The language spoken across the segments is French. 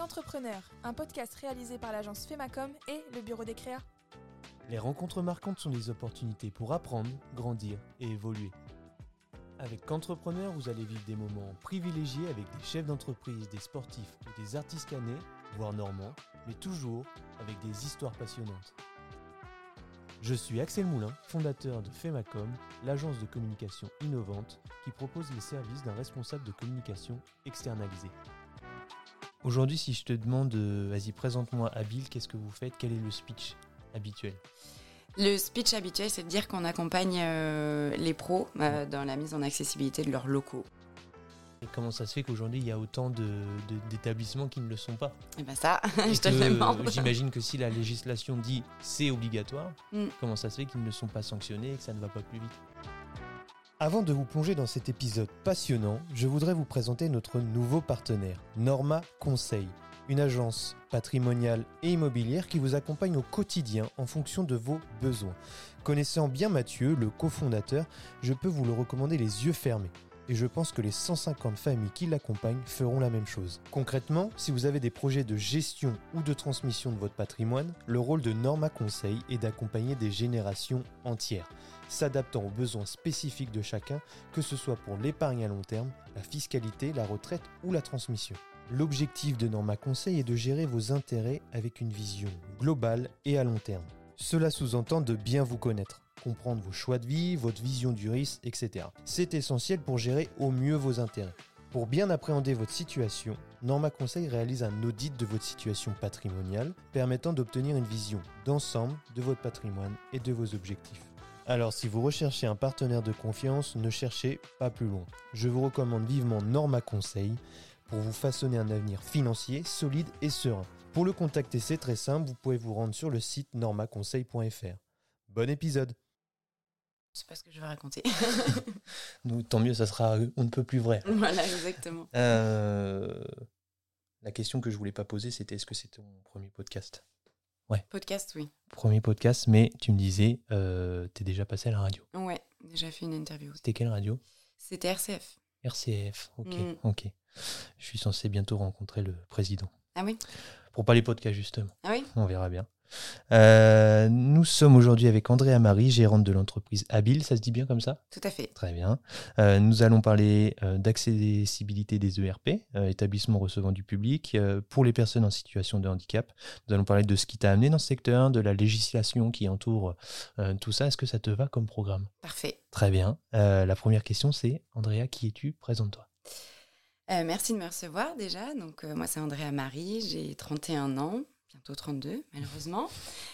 Qu'entrepreneur, un podcast réalisé par l'agence Femacom et le bureau des créas. Les rencontres marquantes sont des opportunités pour apprendre, grandir et évoluer. Avec Qu'entrepreneur, vous allez vivre des moments privilégiés avec des chefs d'entreprise, des sportifs ou des artistes canets, voire normands, mais toujours avec des histoires passionnantes. Je suis Axel Moulin, fondateur de Femacom, l'agence de communication innovante qui propose les services d'un responsable de communication externalisé. Aujourd'hui, si je te demande, vas-y, présente-moi Abil, qu'est-ce que vous faites ? Quel est le speech habituel ? Le speech habituel, c'est de dire qu'on accompagne les pros dans la mise en accessibilité de leurs locaux. Et comment ça se fait qu'aujourd'hui, il y a autant d'établissements qui ne le sont pas ? Et bien ça, je te le demande. J'imagine que si la législation dit c'est obligatoire, comment ça se fait qu'ils ne sont pas sanctionnés et que ça ne va pas plus vite ? Avant de vous plonger dans cet épisode passionnant, je voudrais vous présenter notre nouveau partenaire, Norma Conseil, une agence patrimoniale et immobilière qui vous accompagne au quotidien en fonction de vos besoins. Connaissant bien Mathieu, le cofondateur, je peux vous le recommander les yeux fermés. Et je pense que les 150 familles qui l'accompagnent feront la même chose. Concrètement, si vous avez des projets de gestion ou de transmission de votre patrimoine, le rôle de Norma Conseil est d'accompagner des générations entières, s'adaptant aux besoins spécifiques de chacun, que ce soit pour l'épargne à long terme, la fiscalité, la retraite ou la transmission. L'objectif de Norma Conseil est de gérer vos intérêts avec une vision globale et à long terme. Cela sous-entend de bien vous connaître, comprendre vos choix de vie, votre vision du risque, etc. C'est essentiel pour gérer au mieux vos intérêts. Pour bien appréhender votre situation, Norma Conseil réalise un audit de votre situation patrimoniale, permettant d'obtenir une vision d'ensemble de votre patrimoine et de vos objectifs. Alors si vous recherchez un partenaire de confiance, ne cherchez pas plus loin. Je vous recommande vivement Norma Conseil pour vous façonner un avenir financier solide et serein. Pour le contacter, c'est très simple, vous pouvez vous rendre sur le site normaconseil.fr. Bon épisode. Je sais pas ce que je vais raconter. Donc, tant mieux, ça sera on ne peut plus vrai. Voilà, exactement. La question que je voulais pas poser, c'était est-ce que c'était ton premier podcast ? Ouais. Podcast, oui. Premier podcast, mais tu me disais, t'es déjà passé à la radio. Ouais, déjà fait une interview. C'était quelle radio ? C'était RCF. RCF, ok. Je suis censé bientôt rencontrer le président. Ah oui ? Pour parler podcast, justement. Ah oui ? On verra bien. Nous sommes aujourd'hui avec Andrea Marie, gérante de l'entreprise Abil, ça se dit bien comme ça ? Tout à fait. Très bien. Nous allons parler d'accessibilité des ERP, établissements recevant du public, pour les personnes en situation de handicap. Nous allons parler de ce qui t'a amené dans ce secteur, de la législation qui entoure tout ça. Est-ce que ça te va comme programme ? Parfait. Très bien. La première question, c'est Andrea, qui es-tu ? Présente-toi. Merci de me recevoir déjà. Donc, moi, c'est Andrea Marie, j'ai 31 ans, bientôt 32 malheureusement.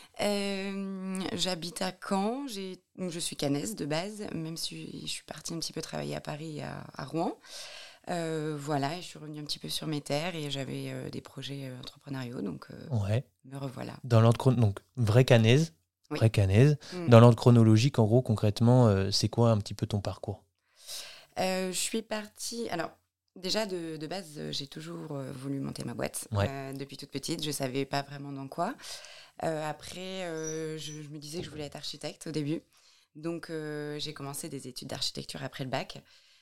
J'habite à Caen, je suis cannaise de base, même si je suis partie un petit peu travailler à Paris et à Rouen. Voilà, et je suis revenue un petit peu sur mes terres et j'avais des projets entrepreneuriaux, donc me revoilà. Dans l'ordre donc vraie cannaise, oui. Vraie cannaise. Dans l'ordre chronologique, en gros, concrètement, c'est quoi un petit peu ton parcours ? Je suis partie... Alors, déjà, de base, j'ai toujours voulu monter ma boîte. Depuis toute petite, je ne savais pas vraiment dans quoi. Après, je me disais que je voulais être architecte au début. Donc, j'ai commencé des études d'architecture après le bac.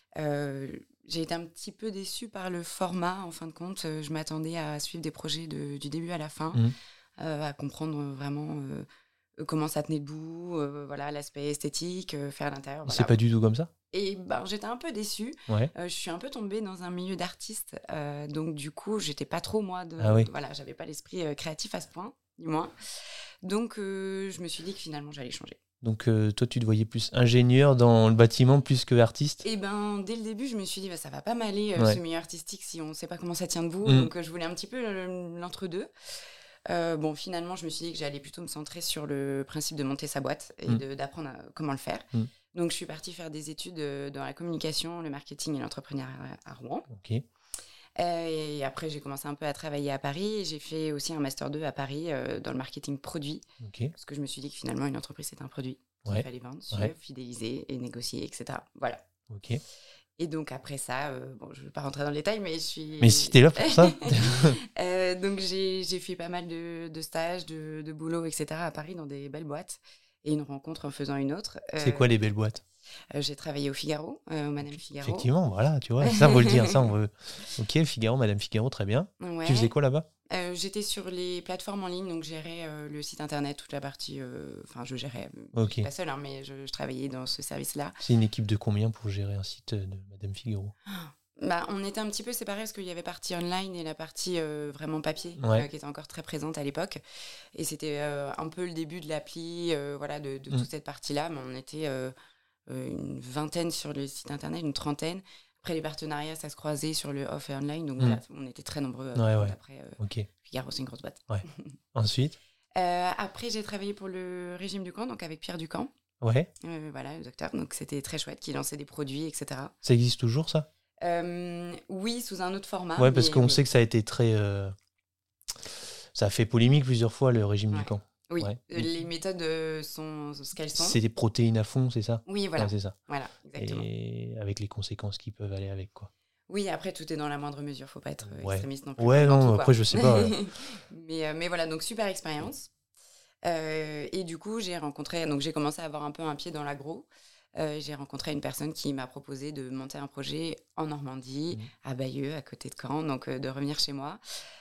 J'ai été un petit peu déçue par le format, en fin de compte. Je m'attendais à suivre des projets du début à la fin, à comprendre vraiment comment ça tenait debout, l'aspect esthétique, faire l'intérieur. C'est pas du tout comme ça ? Et j'étais un peu déçue. Je suis un peu tombée dans un milieu d'artiste. Donc, du coup, j'étais pas trop, moi, j'avais pas l'esprit créatif à ce point, du moins. Donc, je me suis dit que finalement, j'allais changer. Donc, toi, tu te voyais plus ingénieur dans le bâtiment plus que artiste ? Et dès le début, je me suis dit, ça va pas m'aller, ce milieu artistique, si on sait pas comment ça tient debout. Donc, je voulais un petit peu l'entre-deux. Finalement, je me suis dit que j'allais plutôt me centrer sur le principe de monter sa boîte et d'apprendre comment le faire. Donc, je suis partie faire des études dans la communication, le marketing et l'entrepreneuriat à Rouen. Ok. Et après, j'ai commencé un peu à travailler à Paris. Et j'ai fait aussi un Master 2 à Paris dans le marketing produit. Okay. Parce que je me suis dit que finalement, une entreprise, c'est un produit qu'il fallait vendre, suivre, fidéliser et négocier, etc. Voilà. Ok. Et donc, après ça, je ne vais pas rentrer dans le détail, mais je suis... Mais si t'es là pour ça. Donc, j'ai fait pas mal de stages, de boulot, etc. à Paris, dans des belles boîtes. et une rencontre en faisant une autre. C'est quoi les belles boîtes? J'ai travaillé au Figaro, au Madame Figaro. Effectivement, voilà, tu vois, ça, faut le dire. Ça, on veut... Ok, Figaro, Madame Figaro, très bien. Ouais. Tu faisais quoi là-bas? J'étais sur les plateformes en ligne, donc je gérais le site internet, toute la partie. Enfin, je gérais. Ok. Pas seule, hein, mais je travaillais dans ce service-là. C'est une équipe de combien pour gérer un site de Madame Figaro? On était un petit peu séparés parce qu'il y avait partie online et la partie vraiment papier qui était encore très présente à l'époque. Et c'était un peu le début de l'appli, voilà, de toute cette partie-là. Mais on était une vingtaine sur le site internet, une trentaine. Après, les partenariats, ça se croisait sur le off et online. Donc voilà, on était très nombreux. Après, Figaro, c'est une grosse boîte. Ouais. Ensuite après, j'ai travaillé pour le régime du camp, donc avec Pierre Ducamp. Ouais. Voilà, le docteur. Donc c'était très chouette, qui lançait des produits, etc. Ça existe toujours, ça? Oui, sous un autre format. Ouais, parce qu'on sait que ça a été très... Ça a fait polémique plusieurs fois, le régime du camp. Oui, les méthodes sont ce qu'elles sont. C'est des protéines à fond, c'est ça? Oui, voilà. Ouais, c'est ça. Voilà, exactement. Et avec les conséquences qui peuvent aller avec, quoi. Oui, après, tout est dans la moindre mesure. Faut pas être extrémiste non plus. Ouais, non, tout, après, je sais pas. mais voilà, donc super expérience. Et du coup, j'ai commencé à avoir un peu un pied dans l'agro. J'ai rencontré une personne qui m'a proposé de monter un projet en Normandie, à Bayeux, à côté de Caen, donc de revenir chez moi.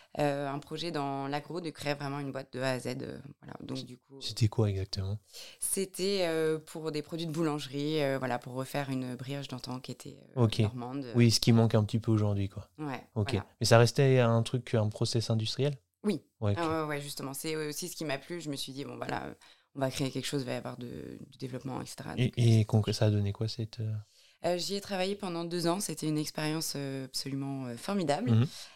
Un projet dans l'agro, de créer vraiment une boîte de A à Z. Voilà. Donc, du coup, c'était quoi exactement? C'était pour des produits de boulangerie, voilà, pour refaire une brioche d'antan qui était normande. Oui, ce qui manque un petit peu aujourd'hui, quoi. Ouais. Ok. Voilà. Mais ça restait un process industriel? Oui. Ouais, ouais, justement. C'est aussi ce qui m'a plu. Je me suis dit, bon, voilà, on va créer quelque chose, il va y avoir du développement, etc. Et ça a donné quoi cette... J'y ai travaillé pendant 2 ans. C'était une expérience absolument formidable.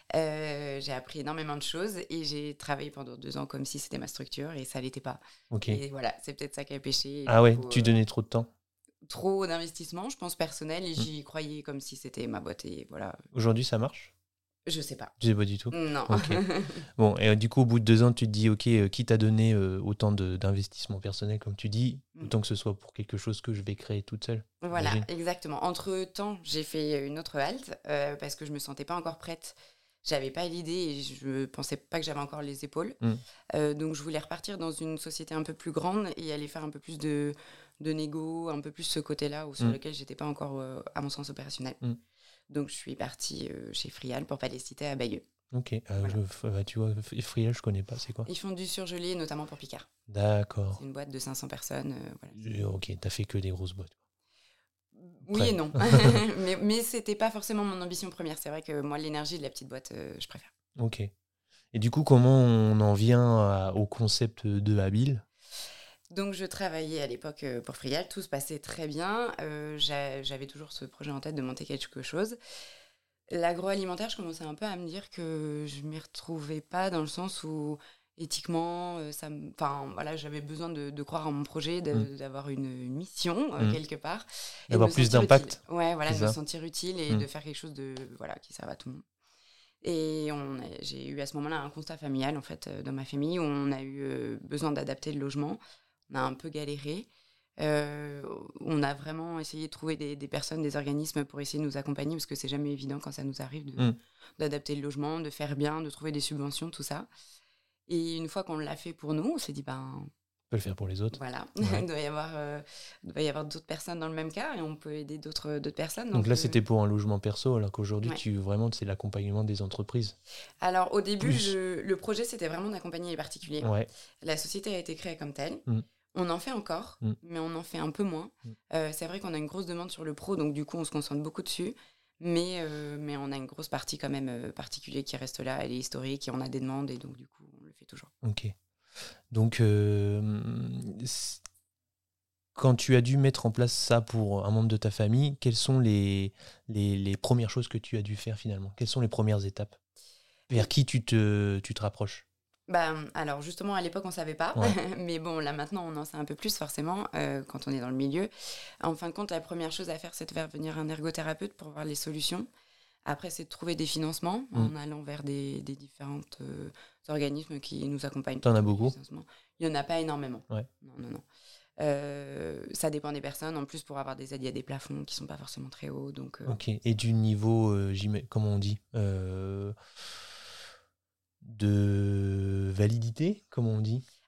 J'ai appris énormément de choses et j'ai travaillé pendant 2 ans comme si c'était ma structure et ça ne l'était pas. Et voilà, c'est peut-être ça qui a pêché. Ah ouais, tu donnais trop de temps? Trop d'investissement, je pense, personnel, et j'y croyais comme si c'était ma boîte. Et voilà. Aujourd'hui, ça marche? Je sais pas. Tu sais pas du tout? Non. Okay. Bon, et du coup, au bout de 2 ans, tu te dis, ok, qui t'a donné autant d'investissement personnel, comme tu dis, autant que ce soit pour quelque chose que je vais créer toute seule? Voilà, exactement. Entre-temps, j'ai fait une autre halte parce que je me sentais pas encore prête. J'avais pas l'idée et je pensais pas que j'avais encore les épaules. Donc, je voulais repartir dans une société un peu plus grande et aller faire un peu plus de négo, un peu plus ce côté-là sur lequel j'étais pas encore, à mon sens, opérationnel. Donc, je suis partie chez Frial pour pas les citer à Bayeux. Ok, tu vois, Frial, je connais pas, c'est quoi? Ils font du surgelé, notamment pour Picard. D'accord. C'est une boîte de 500 personnes. Voilà. Ok, t'as fait que des grosses boîtes. Oui et non. mais c'était pas forcément mon ambition première. C'est vrai que moi, l'énergie de la petite boîte, je préfère. Ok. Et du coup, comment on en vient au concept de Habile? Donc, je travaillais à l'époque pour Frial. Tout se passait très bien. J'avais toujours ce projet en tête de monter quelque chose. L'agroalimentaire, je commençais un peu à me dire que je m'y retrouvais pas dans le sens où éthiquement, voilà, j'avais besoin de croire en mon projet, d'avoir une mission quelque part. D'avoir plus d'impact. Utile. Ouais, voilà, de me sentir utile et de faire quelque chose qui serve à tout le monde. Et j'ai eu à ce moment-là un constat familial, en fait, dans ma famille, où on a eu besoin d'adapter le logement. On a un peu galéré. On a vraiment essayé de trouver des personnes, des organismes pour essayer de nous accompagner, parce que c'est jamais évident quand ça nous arrive d'adapter le logement, de faire bien, de trouver des subventions, tout ça. Et une fois qu'on l'a fait pour nous, on s'est dit, on peut le faire pour les autres. Voilà, il doit y avoir d'autres personnes dans le même cas et on peut aider d'autres personnes. Donc là, c'était pour un logement perso, alors qu'aujourd'hui, c'est l'accompagnement des entreprises. Alors au début, le projet, c'était vraiment d'accompagner les particuliers. Ouais. La société a été créée comme telle. On en fait encore, mais on en fait un peu moins. C'est vrai qu'on a une grosse demande sur le pro, donc du coup, on se concentre beaucoup dessus. Mais on a une grosse partie quand même particulier qui reste là, elle est historique et on a des demandes et donc du coup, on le fait toujours. Ok. Donc, quand tu as dû mettre en place ça pour un membre de ta famille, quelles sont les premières choses que tu as dû faire finalement? Quelles sont les premières étapes? Vers qui tu te rapproches? Alors justement, à l'époque, on ne savait pas. Mais bon, là maintenant, on en sait un peu plus forcément quand on est dans le milieu. En fin de compte, la première chose à faire, c'est de faire venir un ergothérapeute pour voir les solutions. Après, c'est de trouver des financements en allant vers des différents organismes qui nous accompagnent. T'en as beaucoup? Il n'y en a pas énormément. Ouais. Non. Ça dépend des personnes. En plus, pour avoir des aides, il y a des plafonds qui ne sont pas forcément très hauts. Donc, Ok. Et du niveau, comment on dit de validité, comment on dit?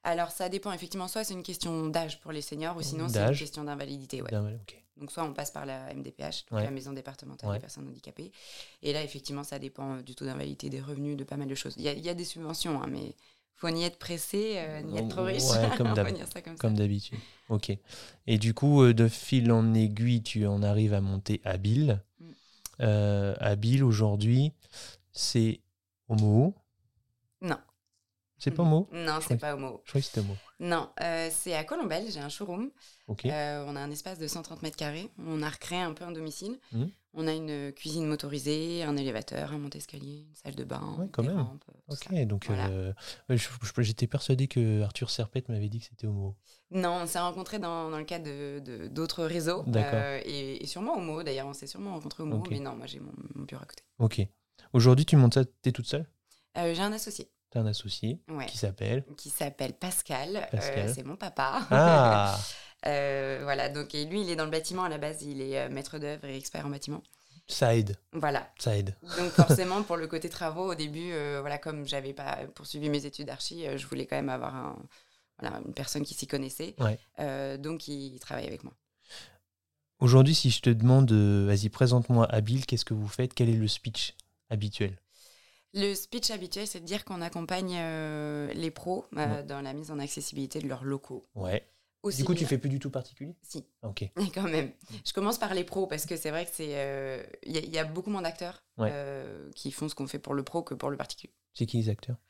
Alors, ça dépend. Effectivement, soit c'est une question d'âge pour les seniors, ou sinon c'est une question d'invalidité. Ouais. Okay. Donc, soit on passe par la MDPH, donc la Maison départementale des personnes handicapées. Et là, effectivement, ça dépend du taux d'invalidité, des revenus, de pas mal de choses. Il y a des subventions, mais il faut ni être pressé, ni être trop riche. Comme d'habitude. Ok. Et du coup, de fil en aiguille, tu en arrives à monter Habile. Habile, aujourd'hui, c'est Homo. Non. C'est pas Homo? Non, c'est pas Homo. Je crois que c'était Homo. Non, c'est à Colombelle, j'ai un showroom. Okay. On a un espace de 130 mètres carrés. On a recréé un peu un domicile. On a une cuisine motorisée, un élévateur, un monte-escalier, une salle de bain, des rampes. Ok, donc voilà. J'étais persuadé que Arthur Serpette m'avait dit que c'était Homo. Non, on s'est rencontrés dans le cadre d'autres réseaux. D'accord. Et sûrement Homo, d'ailleurs, on s'est sûrement rencontrés Homo, mais non, moi j'ai mon bureau à côté. Ok. Aujourd'hui, tu montes ça, t'es toute seule? J'ai un associé. T'as un associé qui s'appelle Pascal. C'est mon papa. Ah. Voilà, donc et lui, il est dans le bâtiment à la base, il est maître d'œuvre et expert en bâtiment. Ça aide. Voilà. Ça aide. Donc forcément, pour le côté travaux, au début, comme j'avais pas poursuivi mes études d'archi, je voulais quand même avoir une personne qui s'y connaissait. Donc il travaille avec moi. Aujourd'hui, si je te demande, vas-y, présente-moi Habile, qu'est-ce que vous faites? Quel est le speech habituel? Le speech habituel, c'est de dire qu'on accompagne les pros dans la mise en accessibilité de leurs locaux. Ouais. Du coup, tu fais plus du tout particulier? Si. Ok. Quand même. Je commence par les pros parce que c'est vrai que c'est y a beaucoup moins d'acteurs qui font ce qu'on fait pour le pro que pour le particulier. C'est qui les acteurs?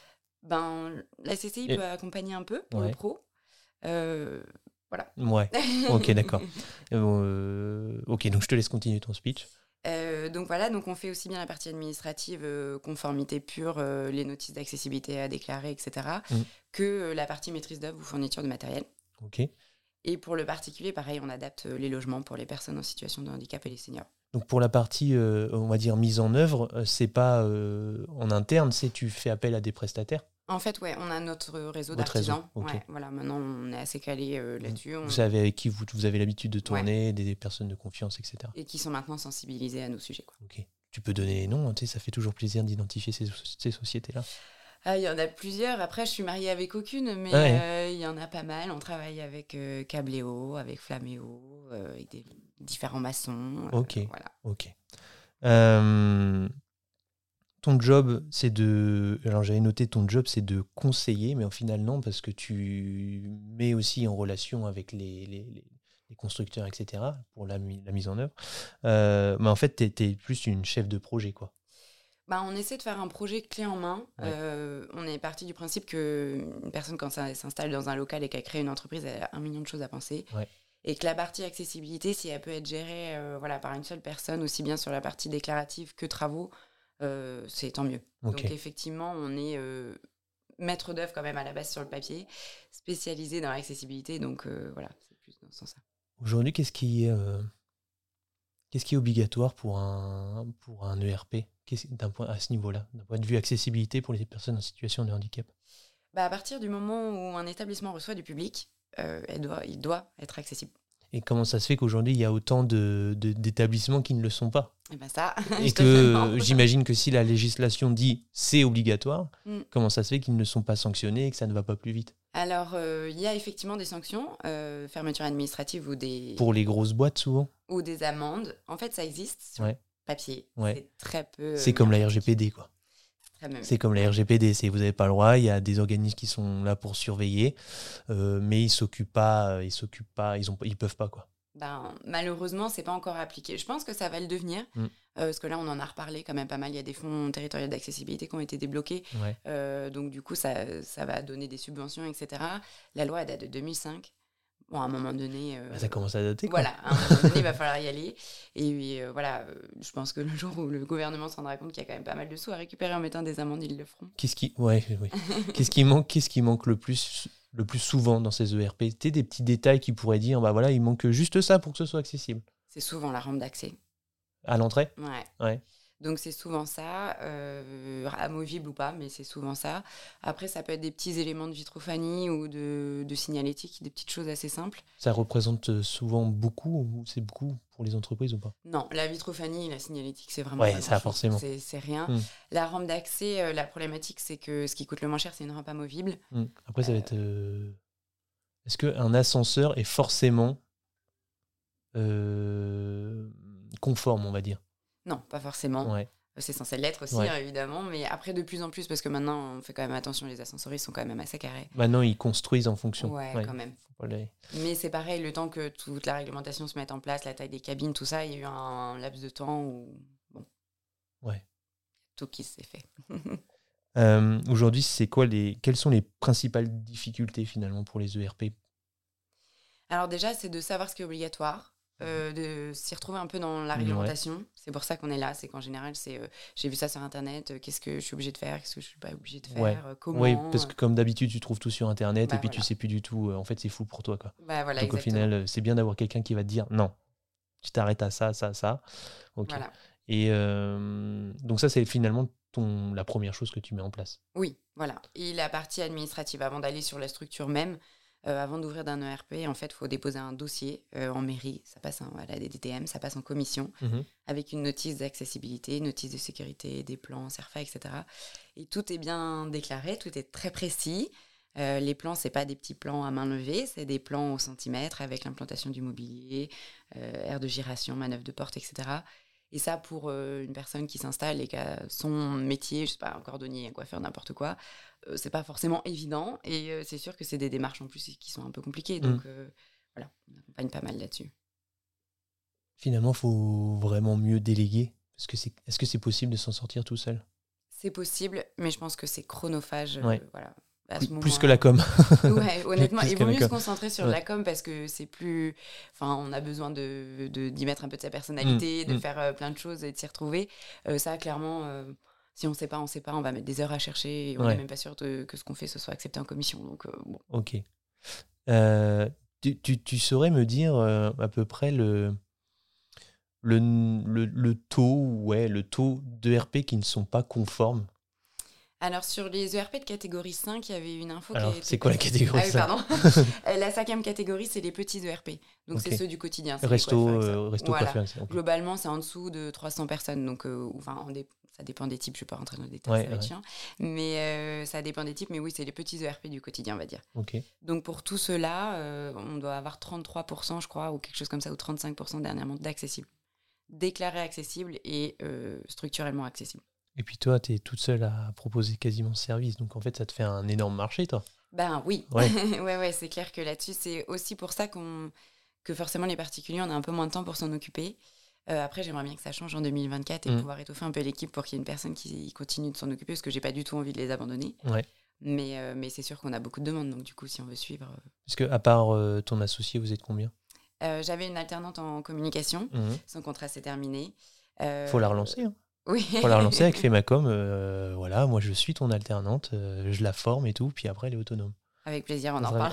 La CCI peut accompagner un peu pour le pro. Voilà. Ouais. Ok, d'accord. Ok, donc je te laisse continuer ton speech. Donc voilà, donc on fait aussi bien la partie administrative, conformité pure, les notices d'accessibilité à déclarer, etc., que la partie maîtrise d'œuvre ou fourniture de matériel. Ok. Et pour le particulier, pareil, on adapte les logements pour les personnes en situation de handicap et les seniors. Donc pour la partie, on va dire, mise en œuvre, c'est pas en interne, c'est tu fais appel à des prestataires? En fait, on a notre réseau d'artisans. Voilà, maintenant, on est assez calé là-dessus. Vous savez avec qui vous avez l'habitude de tourner, des personnes de confiance, etc. Et qui sont maintenant sensibilisés à nos sujets. Quoi. Ok. Tu peux donner les noms, ça fait toujours plaisir d'identifier ces sociétés-là. Il y en a plusieurs. Après, je suis mariée avec aucune, mais il y en a pas mal. On travaille avec Cabléo, avec Flaméo, avec des différents maçons. Ok. Voilà. Ok. Ton job, c'est de... Alors, j'avais noté ton job, c'est de conseiller, mais au final, non, parce que tu mets aussi en relation avec les constructeurs, etc., pour la mise en œuvre. Mais en fait, tu es plus une chef de projet, quoi. On essaie de faire un projet clé en main. On est parti du principe qu'une personne, quand elle s'installe dans un local et qu'elle crée une entreprise, elle a 1 million de choses à penser. Et que la partie accessibilité, si elle peut être gérée par une seule personne, aussi bien sur la partie déclarative que travaux, c'est tant mieux. Donc effectivement, on est maître d'œuvre quand même à la base sur le papier, spécialisé dans l'accessibilité. Donc voilà, c'est plus dans ce sens-là. Aujourd'hui, qu'est-ce qui est obligatoire pour un ERP à ce niveau-là, d'un point de vue accessibilité pour les personnes en situation de handicap? À partir du moment où un établissement reçoit du public, il doit être accessible. Et comment ça se fait qu'aujourd'hui, il y a autant d'établissements qui ne le sont pas? Et que j'imagine que si la législation dit c'est obligatoire, comment ça se fait qu'ils ne sont pas sanctionnés et que ça ne va pas plus vite? Alors, il y a effectivement des sanctions, fermeture administrative ou des... Pour les grosses boîtes, souvent? Ou des amendes. En fait, ça existe sur papier. C'est très peu... C'est comme la RGPD, quoi. C'est comme la RGPD, vous n'avez pas le droit, il y a des organismes qui sont là pour surveiller, mais ils peuvent pas, quoi. Malheureusement, c'est pas encore appliqué. Je pense que ça va le devenir, parce que là, on en a reparlé quand même pas mal. Il y a des fonds territoriaux d'accessibilité qui ont été débloqués, donc du coup, ça va donner des subventions, etc. La loi, elle date de 2005. Bon, à un moment donné... ça commence à dater, quoi. Voilà, à un moment donné, il va falloir y aller. Et puis, je pense que le jour où le gouvernement se rendra compte qu'il y a quand même pas mal de sous à récupérer en mettant des amendes, ils le feront. Qu'est-ce qui manque le plus souvent dans ces ERP? Des petits détails qui pourraient dire, il manque juste ça pour que ce soit accessible. C'est souvent la rampe d'accès. À l'entrée? Ouais. Donc, c'est souvent ça, amovible ou pas, mais c'est souvent ça. Après, ça peut être des petits éléments de vitrophanie ou de signalétique, des petites choses assez simples. Ça représente souvent beaucoup ou c'est beaucoup pour les entreprises ou pas? Non, la vitrophanie, la signalétique, c'est vraiment pas ça, forcément. C'est rien. La rampe d'accès, la problématique, c'est que ce qui coûte le moins cher, c'est une rampe amovible. Après, ça va être... Est-ce qu'un ascenseur est forcément conforme, on va dire? Non, pas forcément. Ouais. C'est censé l'être aussi, évidemment. Mais après, de plus en plus, parce que maintenant, on fait quand même attention, les ascenseurs, sont quand même assez carrés. Maintenant, ils construisent en fonction. Ouais, quand même. Mais c'est pareil, le temps que toute la réglementation se mette en place, la taille des cabines, tout ça, il y a eu un laps de temps où... Bon. Ouais. Tout qui s'est fait. Aujourd'hui, quelles sont les principales difficultés, finalement, pour les ERP? Alors déjà, c'est de savoir ce qui est obligatoire. De s'y retrouver un peu dans la réglementation. C'est pour ça qu'on est là. C'est qu'en général, j'ai vu ça sur Internet, qu'est-ce que je suis obligée de faire, qu'est-ce que je suis pas obligée de faire, comment... Oui, parce que comme d'habitude, tu trouves tout sur Internet et puis tu sais plus du tout. En fait, c'est fou pour toi, quoi. Voilà, donc exactement. Au final, c'est bien d'avoir quelqu'un qui va te dire non, tu t'arrêtes à ça, ça, ça. Ok. Voilà. Et donc ça, c'est finalement la première chose que tu mets en place. Oui, voilà. Et la partie administrative, avant d'aller sur la structure même, avant d'ouvrir d'un ERP, en fait, il faut déposer un dossier en mairie. Ça passe à la DDTM, ça passe en commission, avec une notice d'accessibilité, notice de sécurité, des plans, CERFA, etc. Et tout est bien déclaré, tout est très précis. Les plans, ce n'est pas des petits plans à main levée, c'est des plans au centimètre avec l'implantation du mobilier, aire de giration, manœuvre de porte, etc. Et ça, pour une personne qui s'installe et qui a son métier, je ne sais pas, un cordonnier, un coiffeur, n'importe quoi, c'est pas forcément évident. Et c'est sûr que c'est des démarches en plus qui sont un peu compliquées. Donc voilà, on accompagne pas mal là-dessus. Finalement, il faut vraiment mieux déléguer. Est-ce que c'est possible de s'en sortir tout seul? C'est possible, mais je pense que c'est chronophage. Voilà. Plus que la com. Ouais, honnêtement, il vaut mieux se concentrer sur la com parce que c'est plus... Enfin, on a besoin d'y mettre un peu de sa personnalité, de faire plein de choses et de s'y retrouver. Ça, clairement, si on ne sait pas, on va mettre des heures à chercher et on n'est même pas sûr que ce qu'on fait, ce soit accepté en commission. Donc, bon. Ok. Tu saurais me dire à peu près le taux d'ERP qui ne sont pas conformes? Alors, sur les ERP de catégorie 5, il y avait une info Alors, qui était... c'est quoi la catégorie 5? Pardon. La 5e catégorie, c'est les petits ERP. Donc, c'est ceux du quotidien. Resto, voilà. coiffeur, okay. Globalement, c'est en dessous de 300 personnes. Donc, ça dépend des types. Je ne vais pas rentrer dans le détail, ça va être chiant. Mais ça dépend des types. Mais oui, c'est les petits ERP du quotidien, on va dire. Okay. Donc, pour tout cela, on doit avoir 33%, je crois, ou quelque chose comme ça, ou 35% dernièrement d'accessibles. Déclarés accessibles et structurellement accessibles. Et puis toi, tu es toute seule à proposer quasiment ce service. Donc en fait, ça te fait un énorme marché, toi. Ben oui. Ouais, c'est clair que là-dessus, c'est aussi pour ça que forcément les particuliers, on a un peu moins de temps pour s'en occuper. Après, j'aimerais bien que ça change en 2024 et pouvoir étoffer un peu l'équipe pour qu'il y ait une personne qui continue de s'en occuper parce que j'ai pas du tout envie de les abandonner. Ouais. Mais c'est sûr qu'on a beaucoup de demandes. Donc du coup, si on veut suivre... Parce qu'à part ton associé, vous êtes combien? J'avais une alternante en communication. Son contrat s'est terminé. Faut la relancer, hein. Oui. Faut la relancer avec Femacom. Voilà, moi je suis ton alternante, je la forme et tout, puis après elle est autonome. Avec plaisir, on en parle.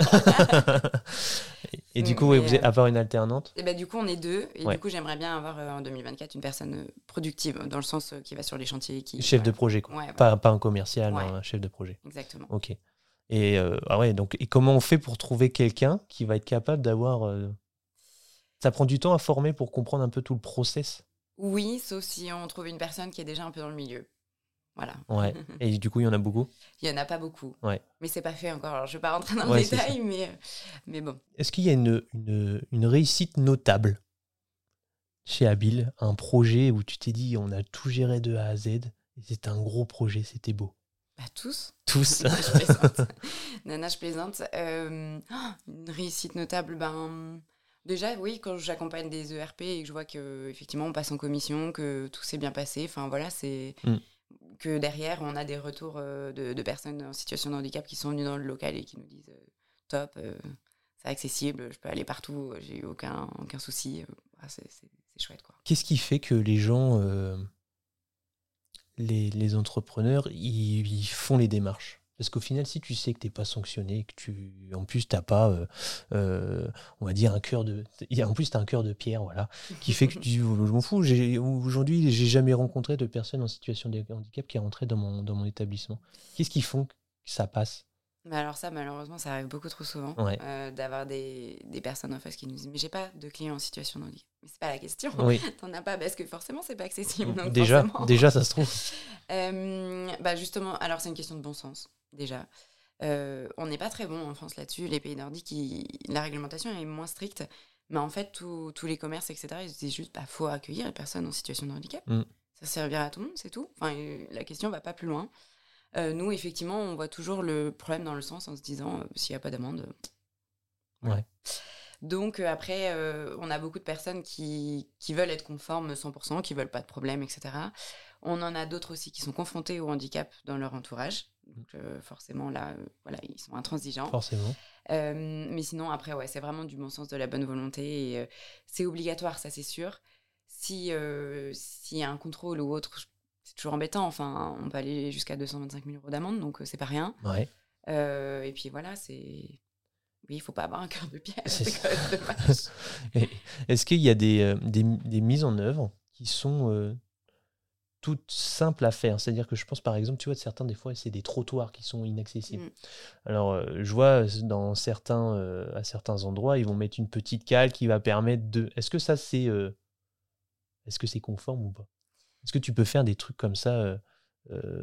Et du coup, vous êtes à part une alternante? Et du coup, on est deux. Et du coup, j'aimerais bien avoir en 2024 une personne productive, dans le sens qui va sur les chantiers. Chef de projet, quoi. Ouais, pas un commercial, un chef de projet. Exactement. Ok. Et, et comment on fait pour trouver quelqu'un qui va être capable d'avoir... Ça prend du temps à former pour comprendre un peu tout le process? Oui, sauf si on trouve une personne qui est déjà un peu dans le milieu. Voilà. Ouais. Et du coup, il y en a beaucoup? Il n'y en a pas beaucoup. Ouais. Mais c'est pas fait encore. Alors, je ne vais pas rentrer dans le détail, mais bon. Est-ce qu'il y a une réussite notable chez Habile? Un projet où tu t'es dit, on a tout géré de A à Z, et c'était un gros projet, c'était beau? Tous. Je plaisante. Nana, je plaisante. Une réussite notable, déjà, oui, quand j'accompagne des ERP et que je vois qu'effectivement on passe en commission, que tout s'est bien passé, enfin voilà, c'est que derrière on a des retours de personnes en situation de handicap qui sont venues dans le local et qui nous disent top, c'est accessible, je peux aller partout, j'ai eu aucun souci, c'est chouette, quoi. Qu'est-ce qui fait que les gens, les entrepreneurs, ils font les démarches? Parce qu'au final, si tu sais que tu n'es pas sanctionné, que en plus, tu n'as pas, on va dire, un cœur de... En plus, tu as un cœur de pierre, voilà, qui fait que tu dis, je m'en fous, aujourd'hui, j'ai jamais rencontré de personne en situation de handicap qui est rentrée dans mon établissement. Qu'est-ce qui font que ça passe ? Mais alors ça, malheureusement, ça arrive beaucoup trop souvent, d'avoir des personnes en face qui nous disent « Mais j'ai pas de clients en situation de handicap. » Mais c'est pas la question. Oui. T'en as pas parce que forcément, c'est pas accessible. Donc déjà, ça se trouve. Justement, alors c'est une question de bon sens, déjà. On n'est pas très bon en France là-dessus. Les pays nordiques, la réglementation est moins stricte. Mais en fait, tous les commerces, etc., ils disent juste « faut accueillir les personnes en situation de handicap. Ça servira à tout le monde, c'est tout. » Enfin, la question va pas plus loin. Nous, effectivement, on voit toujours le problème dans le sens en se disant s'il n'y a pas d'amende. Ouais. Donc, après, on a beaucoup de personnes qui veulent être conformes 100%, qui ne veulent pas de problème, etc. On en a d'autres aussi qui sont confrontés au handicap dans leur entourage. Donc, forcément, là, ils sont intransigeants. Forcément. Mais sinon, après, c'est vraiment du bon sens, de la bonne volonté. Et, c'est obligatoire, ça, c'est sûr. S'il y a un contrôle ou autre, c'est toujours embêtant. Enfin, on peut aller jusqu'à 225 000 € d'amende, donc c'est pas rien. Ouais. Et puis voilà, oui, il faut pas avoir un cœur de pierre. C'est quand même dommage. Est-ce qu'il y a des mises en œuvre qui sont toutes simples à faire ? C'est-à-dire que je pense, par exemple, tu vois, certains, des fois, c'est des trottoirs qui sont inaccessibles. Alors, je vois à certains endroits, ils vont mettre une petite cale qui va permettre de... Est-ce que ça, est-ce que c'est conforme ou pas ? Est-ce que tu peux faire des trucs comme ça toi-même ?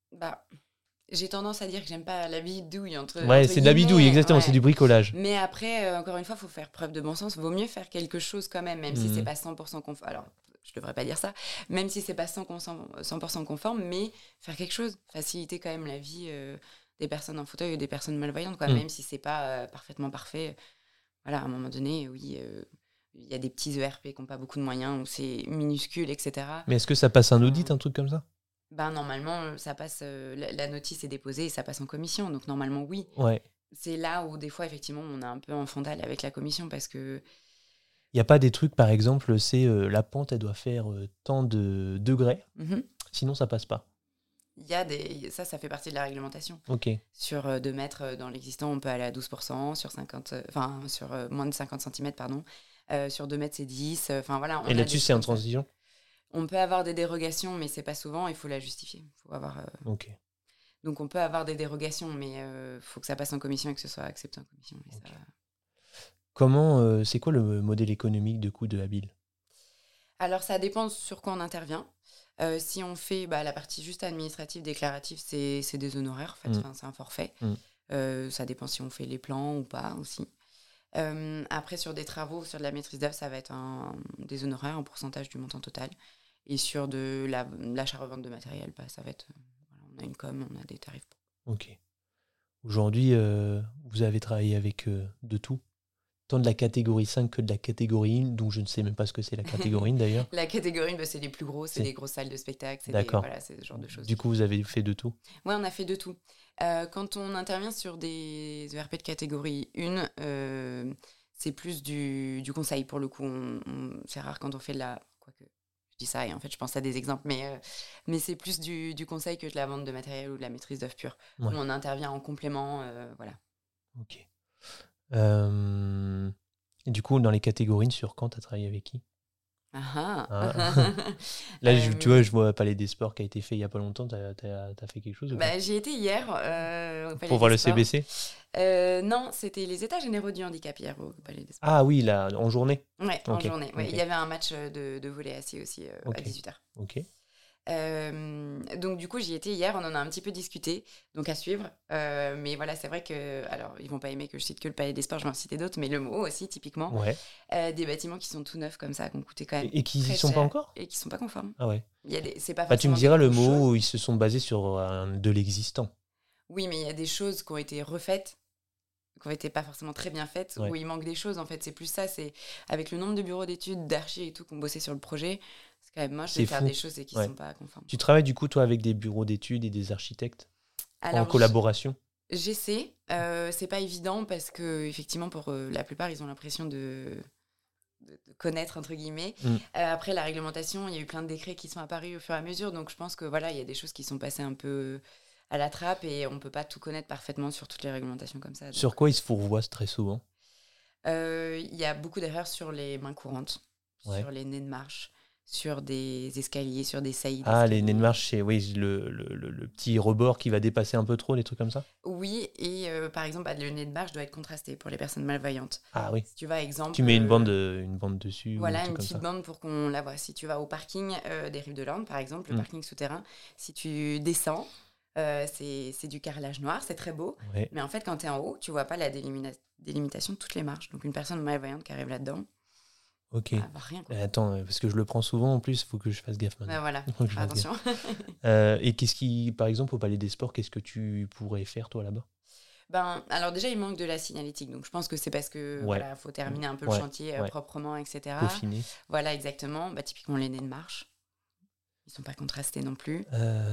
J'ai tendance à dire que j'aime pas la bidouille. C'est de la bidouille, exactement, c'est du bricolage. Mais après, encore une fois, il faut faire preuve de bon sens. Vaut mieux faire quelque chose quand même si c'est pas 100% conforme. Alors, je devrais pas dire ça, même si c'est pas 100% conforme, mais faire quelque chose. Faciliter quand même la vie des personnes en fauteuil et des personnes malvoyantes, quoi. Même si c'est pas parfaitement parfait. Voilà, à un moment donné, oui... Il y a des petits ERP qui n'ont pas beaucoup de moyens, où c'est minuscule, etc. Mais est-ce que ça passe un audit, un truc comme ça ? Normalement, ça passe, la notice est déposée et ça passe en commission. Donc, normalement, oui. Ouais. C'est là où, des fois, effectivement, on est un peu en fondale avec la commission parce que... Il n'y a pas des trucs, par exemple, c'est la pente, elle doit faire tant de degrés, sinon ça passe pas. Il y a ça fait partie de la réglementation. Ok. Sur 2 mètres dans l'existant, on peut aller à 12%, sur moins de 50 cm, pardon. Sur 2 mètres, c'est 10. Voilà, et là-dessus, c'est intransigeant ? On peut avoir des dérogations, mais c'est pas souvent, il faut la justifier. Faut avoir, ok. Donc, on peut avoir des dérogations, mais il faut que ça passe en commission et que ce soit accepté en commission. Et okay. Comment, c'est quoi le modèle économique de coût de Habil ? Alors, ça dépend sur quoi on intervient. Si on fait la partie juste administrative, déclarative, c'est des honoraires, en fait. C'est un forfait. Ça dépend si on fait les plans ou pas aussi. Après, sur des travaux, sur de la maîtrise d'œuvre, ça va être des honoraires en pourcentage du montant total. Et sur de l'achat-revente de matériel, ça va être... on a une com, on a des tarifs. Ok. Aujourd'hui, vous avez travaillé avec de tout ? Tant de la catégorie 5 que de la catégorie 1, dont je ne sais même pas ce que c'est la catégorie 1 d'ailleurs. La catégorie 1, c'est les plus gros, c'est les grosses salles de spectacle, c'est ce genre de choses. Du coup, vous avez fait de tout ? Oui, on a fait de tout. Quand on intervient sur des ERP de catégorie 1, c'est plus du conseil pour le coup. C'est rare quand on fait de la... Quoique, je dis ça et en fait, je pense à des exemples, mais c'est plus du conseil que de la vente de matériel ou de la maîtrise d'œuvre pure. Ouais. Où on intervient en complément, voilà. Ok. Et du coup, dans les catégories, sur quand tu as travaillé avec qui ? Là, tu vois, je vois Palais des Sports qui a été fait il n'y a pas longtemps. Tu as fait quelque chose ou pas ? J'y étais hier. Pour voir le CBC ? Non, c'était les États généraux du handicap hier au Palais des Sports. Ah oui, là, en journée ? Oui, en journée. Ouais. Il y avait un match de volley assis aussi à 18h. Ok. Donc du coup j'y étais hier, on en a un petit peu discuté, donc à suivre, mais voilà, c'est vrai que, alors ils vont pas aimer que je cite que le Palais des Sports, je vais en citer d'autres, mais le MO aussi typiquement, des bâtiments qui sont tout neufs comme ça, qui ont coûté quand même et qui y sont pas encore, et qui sont pas conformes. Ah ouais. C'est pas tu me diras le MO où ils se sont basés sur de l'existant. Oui, mais il y a des choses qui ont été refaites, qui n'ont été pas forcément très bien faites, où il manque des choses, en fait, c'est plus ça, c'est avec le nombre de bureaux d'études, d'archi et tout qui ont bossé sur le projet. C'est quand même moche de faire des choses et qui ne sont pas conformes. Tu travailles du coup, toi, avec des bureaux d'études et des architectes en collaboration ? J'essaie. C'est pas évident parce que, effectivement, pour la plupart, ils ont l'impression de connaître, entre guillemets. Après, la réglementation, il y a eu plein de décrets qui sont apparus au fur et à mesure. Donc, je pense que voilà, il y a des choses qui sont passées un peu à la trappe et on ne peut pas tout connaître parfaitement sur toutes les réglementations comme ça. Donc. Sur quoi ils se fourvoient très souvent? Il y a beaucoup d'erreurs sur les mains courantes, sur les nez de marche, sur des escaliers, sur des saillies d'escalier. Les nez de marche, c'est le petit rebord qui va dépasser un peu trop, des trucs comme ça? Oui, et par exemple, le nez de marche doit être contrasté pour les personnes malvoyantes. Ah oui. Si tu vas, exemple... Tu mets une bande dessus. Voilà, une petite bande pour qu'on la voit. Si tu vas au parking des Rives de l'Orne, par exemple, le parking souterrain, si tu descends, c'est du carrelage noir, c'est très beau. Ouais. Mais en fait, quand tu es en haut, tu vois pas la délimitation de toutes les marches. Donc, une personne malvoyante qui arrive là-dedans, ok. elle va rien. Quoi. Attends, parce que je le prends souvent en plus, il faut que je fasse gaffe maintenant. Voilà, attention. Et par exemple, au Palais des Sports, qu'est-ce que tu pourrais faire, toi, là-bas? Alors déjà, il manque de la signalétique. Donc, je pense que c'est parce que voilà, faut terminer un peu le chantier proprement, etc. Peaufiner. Voilà, exactement. Typiquement, les nez de marche. Ils sont pas contrastés non plus.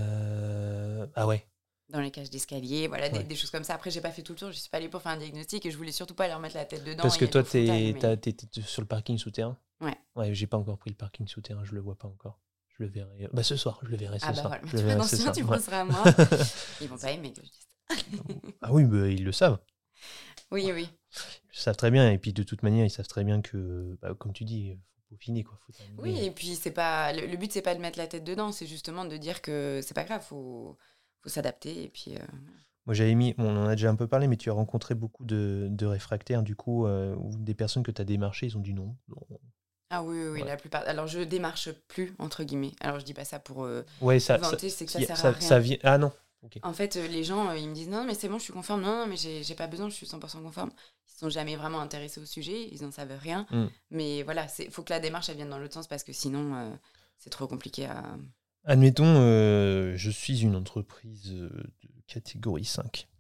Ah ouais. Dans les cages d'escalier, voilà, des choses comme ça. Après, j'ai pas fait tout le tour, je suis pas allée pour faire un diagnostic et je voulais surtout pas leur mettre la tête dedans. Parce que toi, t'es sur le parking souterrain? Ouais. Ouais, j'ai pas encore pris le parking souterrain, je le vois pas encore. Je le verrai. Ce soir, je le verrai ce soir. Voilà. Tu penseras à moi. Ils vont pas aimer que je dise ça. Ah oui, ils le savent. Oui. Ils le savent très bien. Et puis, de toute manière, ils savent très bien que, comme tu dis, faut peaufiner, quoi. Oui, et puis, c'est pas... le but, c'est pas de mettre la tête dedans, c'est justement de dire que c'est pas grave, faut s'adapter. Et puis, Moi, on en a déjà un peu parlé, mais tu as rencontré beaucoup de réfractaires, du coup, ou des personnes que tu as démarchées, ils ont dit non. Ah oui, la plupart. Alors, je démarche plus, entre guillemets. Alors, je dis pas ça pour vanter, c'est que ça sert à rien. Ah non. Okay. En fait, les gens, ils me disent non, mais c'est bon, je suis conforme. Non, mais j'ai pas besoin, je suis 100% conforme. Ils sont jamais vraiment intéressés au sujet, ils n'en savent rien. Mais voilà, faut que la démarche, elle vienne dans l'autre sens parce que sinon, c'est trop compliqué à... Admettons, je suis une entreprise de catégorie 5.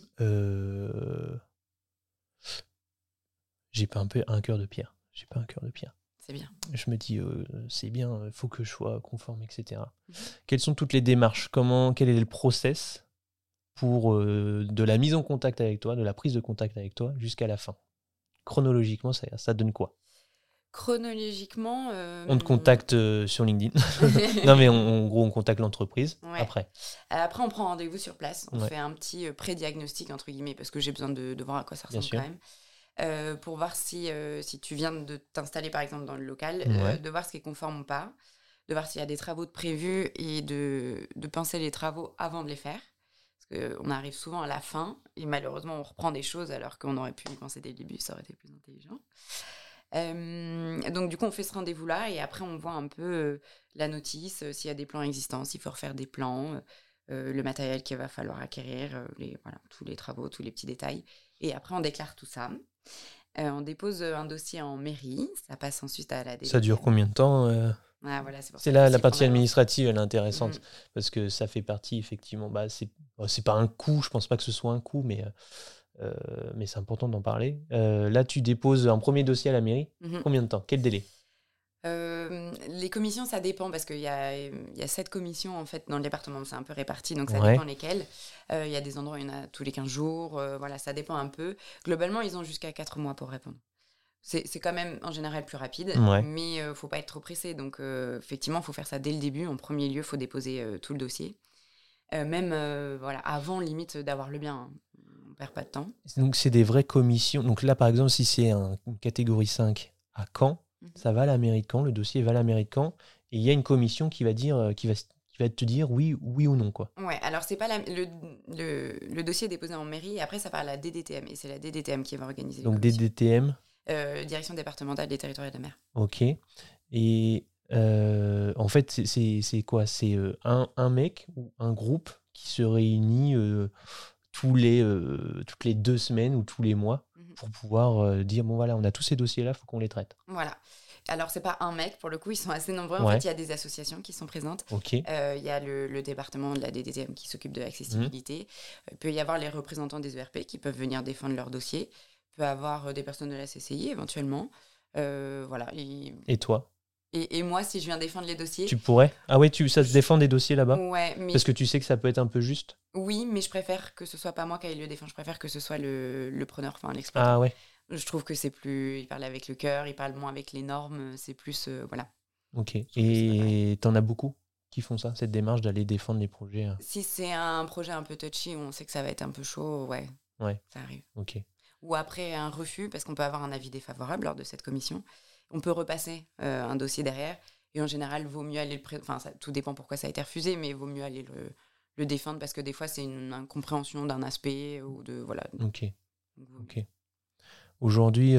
J'ai pas un cœur de pierre. C'est bien. Je me dis, c'est bien, il faut que je sois conforme, etc. Quelles sont toutes les démarches? Quel est le process pour de la mise en contact avec toi, de la prise de contact avec toi, jusqu'à la fin? Chronologiquement, ça donne quoi? Chronologiquement... On te contacte sur LinkedIn. Non, mais en gros, on contacte l'entreprise. Après, on prend rendez-vous sur place. On fait un petit pré-diagnostic, entre guillemets, parce que j'ai besoin de voir à quoi ça ressemble quand même. Pour voir si tu viens de t'installer, par exemple, dans le local, de voir ce qui est conforme ou pas, de voir s'il y a des travaux de prévus et de penser les travaux avant de les faire. Parce qu'on arrive souvent à la fin et malheureusement, on reprend des choses alors qu'on aurait pu y penser dès le début, ça aurait été plus intelligent. Donc du coup on fait ce rendez-vous là et après on voit un peu la notice, s'il y a des plans existants, s'il faut refaire des plans, le matériel qu'il va falloir acquérir, tous les travaux, tous les petits détails, et après on déclare tout ça. On dépose un dossier en mairie, ça passe ensuite à la DDTM. Ça dure combien de temps? C'est là la partie administrative, elle est intéressante parce que ça fait partie effectivement, c'est pas un coût, je pense pas que ce soit un coût, mais c'est important d'en parler. Là, tu déposes un premier dossier à la mairie. Combien de temps? Quel délai? Les commissions, ça dépend parce qu'il y a 7 commissions en fait dans le département, c'est un peu réparti, donc ça dépend lesquelles. Il y a des endroits où il y en a tous les 15 jours, ça dépend un peu. Globalement, ils ont jusqu'à 4 mois pour répondre. C'est quand même en général plus rapide, mais il ne faut pas être trop pressé. Donc effectivement, il faut faire ça dès le début. En premier lieu, il faut déposer tout le dossier. Même avant limite d'avoir le bien. On ne perd pas de temps. Donc c'est des vraies commissions. Donc là, par exemple, si c'est une catégorie 5 à Caen, ça va à la mairie de Caen, le dossier va à la mairie de Caen, et il y a une commission qui va te dire oui ou non, quoi. Ouais, alors c'est pas le dossier est déposé en mairie et après ça part à la DDTM et c'est la DDTM qui va organiser. Donc DDTM, Direction départementale des territoires et de la mer. Ok. Et en fait, c'est quoi? C'est un mec ou un groupe qui se réunit toutes les 2 semaines ou tous les mois pour pouvoir dire bon voilà, on a tous ces dossiers-là, il faut qu'on les traite. Voilà. Alors, c'est pas un mec, pour le coup, ils sont assez nombreux. En fait, il y a des associations qui sont présentes. Il y a le département de la DDTM qui s'occupe de l'accessibilité. Il peut y avoir les représentants des ERP qui peuvent venir défendre leur dossier. Il peut y avoir des personnes de la CCI, éventuellement. Et toi? Et moi, si je viens défendre les dossiers... Tu pourrais? Ah ouais, ça se défend des dossiers là-bas? Ouais, mais... Parce que tu sais que ça peut être un peu juste? Oui, mais je préfère que ce soit pas moi qui aille le défendre. Je préfère que ce soit le preneur, enfin l'exploitant. Ah ouais. Je trouve que c'est plus... Il parle avec le cœur, il parle moins avec les normes, c'est plus... voilà. Ok. Et t'en as beaucoup? qui font ça, cette démarche d'aller défendre les projets Si c'est un projet un peu touchy, où on sait que ça va être un peu chaud, ouais. Ça arrive. Ok. Ou après un refus, parce qu'on peut avoir un avis défavorable lors de cette commission. On peut repasser un dossier derrière. Et en général, il vaut mieux aller tout dépend pourquoi ça a été refusé, mais il vaut mieux aller le défendre parce que des fois, c'est une incompréhension d'un aspect ou de... Voilà. Ok. Aujourd'hui,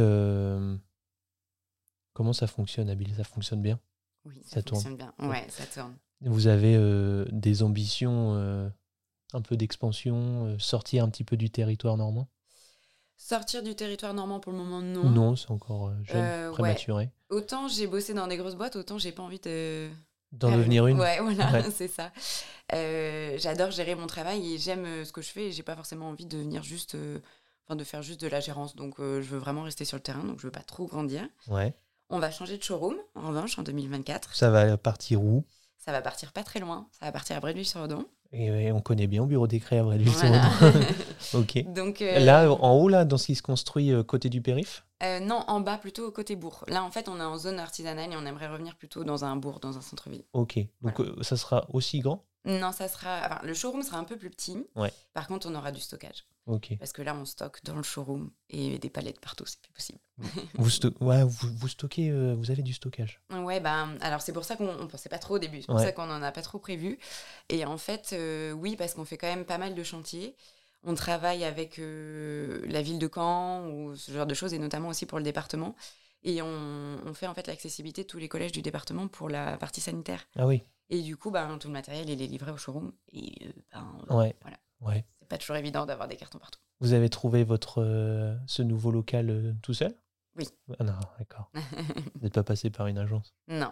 comment ça fonctionne, Habile? Ça fonctionne bien? Oui, ça fonctionne bien. Ouais, ça tourne. Vous avez des ambitions un peu d'expansion, sortir un petit peu du territoire normand? Sortir du territoire normand pour le moment, non. Non, c'est encore jeune, prématuré. Ouais. Autant j'ai bossé dans des grosses boîtes, autant j'ai pas envie d'en devenir une. Ouais, voilà, c'est ça. J'adore gérer mon travail et j'aime ce que je fais et j'ai pas forcément envie de venir juste... de faire juste de la gérance. Donc, je veux vraiment rester sur le terrain, donc je veux pas trop grandir. Ouais. On va changer de showroom, en revanche, en 2024. Ça va partir où? Ça va partir pas très loin. Ça va partir à Bréluis-sur-Odon. Et on connaît bien au bureau des créas à Bréluis-sur-Odon. Voilà. Ok. Donc, là, en haut, là, dans ce qui se construit côté du périph'? Non, en bas, plutôt côté bourg. Là, en fait, on est en zone artisanale et on aimerait revenir plutôt dans un bourg, dans un centre-ville. Ok. Donc, ça sera aussi grand? Non, le showroom sera un peu plus petit. Ouais. Par contre, on aura du stockage. Ok. Parce que là, on stocke dans le showroom et des palettes partout, c'est plus possible. Vous stockez, vous avez du stockage? Ouais, alors c'est pour ça qu'on pensait pas trop au début. C'est pour ça qu'on n'en a pas trop prévu. Et en fait, oui, parce qu'on fait quand même pas mal de chantiers. On travaille avec la ville de Caen ou ce genre de choses, et notamment aussi pour le département. Et on fait en fait l'accessibilité de tous les collèges du département pour la partie sanitaire. Ah oui. Et du coup, tout le matériel, il est livré au showroom. Et voilà. Ouais. C'est pas toujours évident d'avoir des cartons partout. Vous avez trouvé ce nouveau local tout seul? Oui. Ah non, d'accord. Vous n'êtes pas passé par une agence? Non.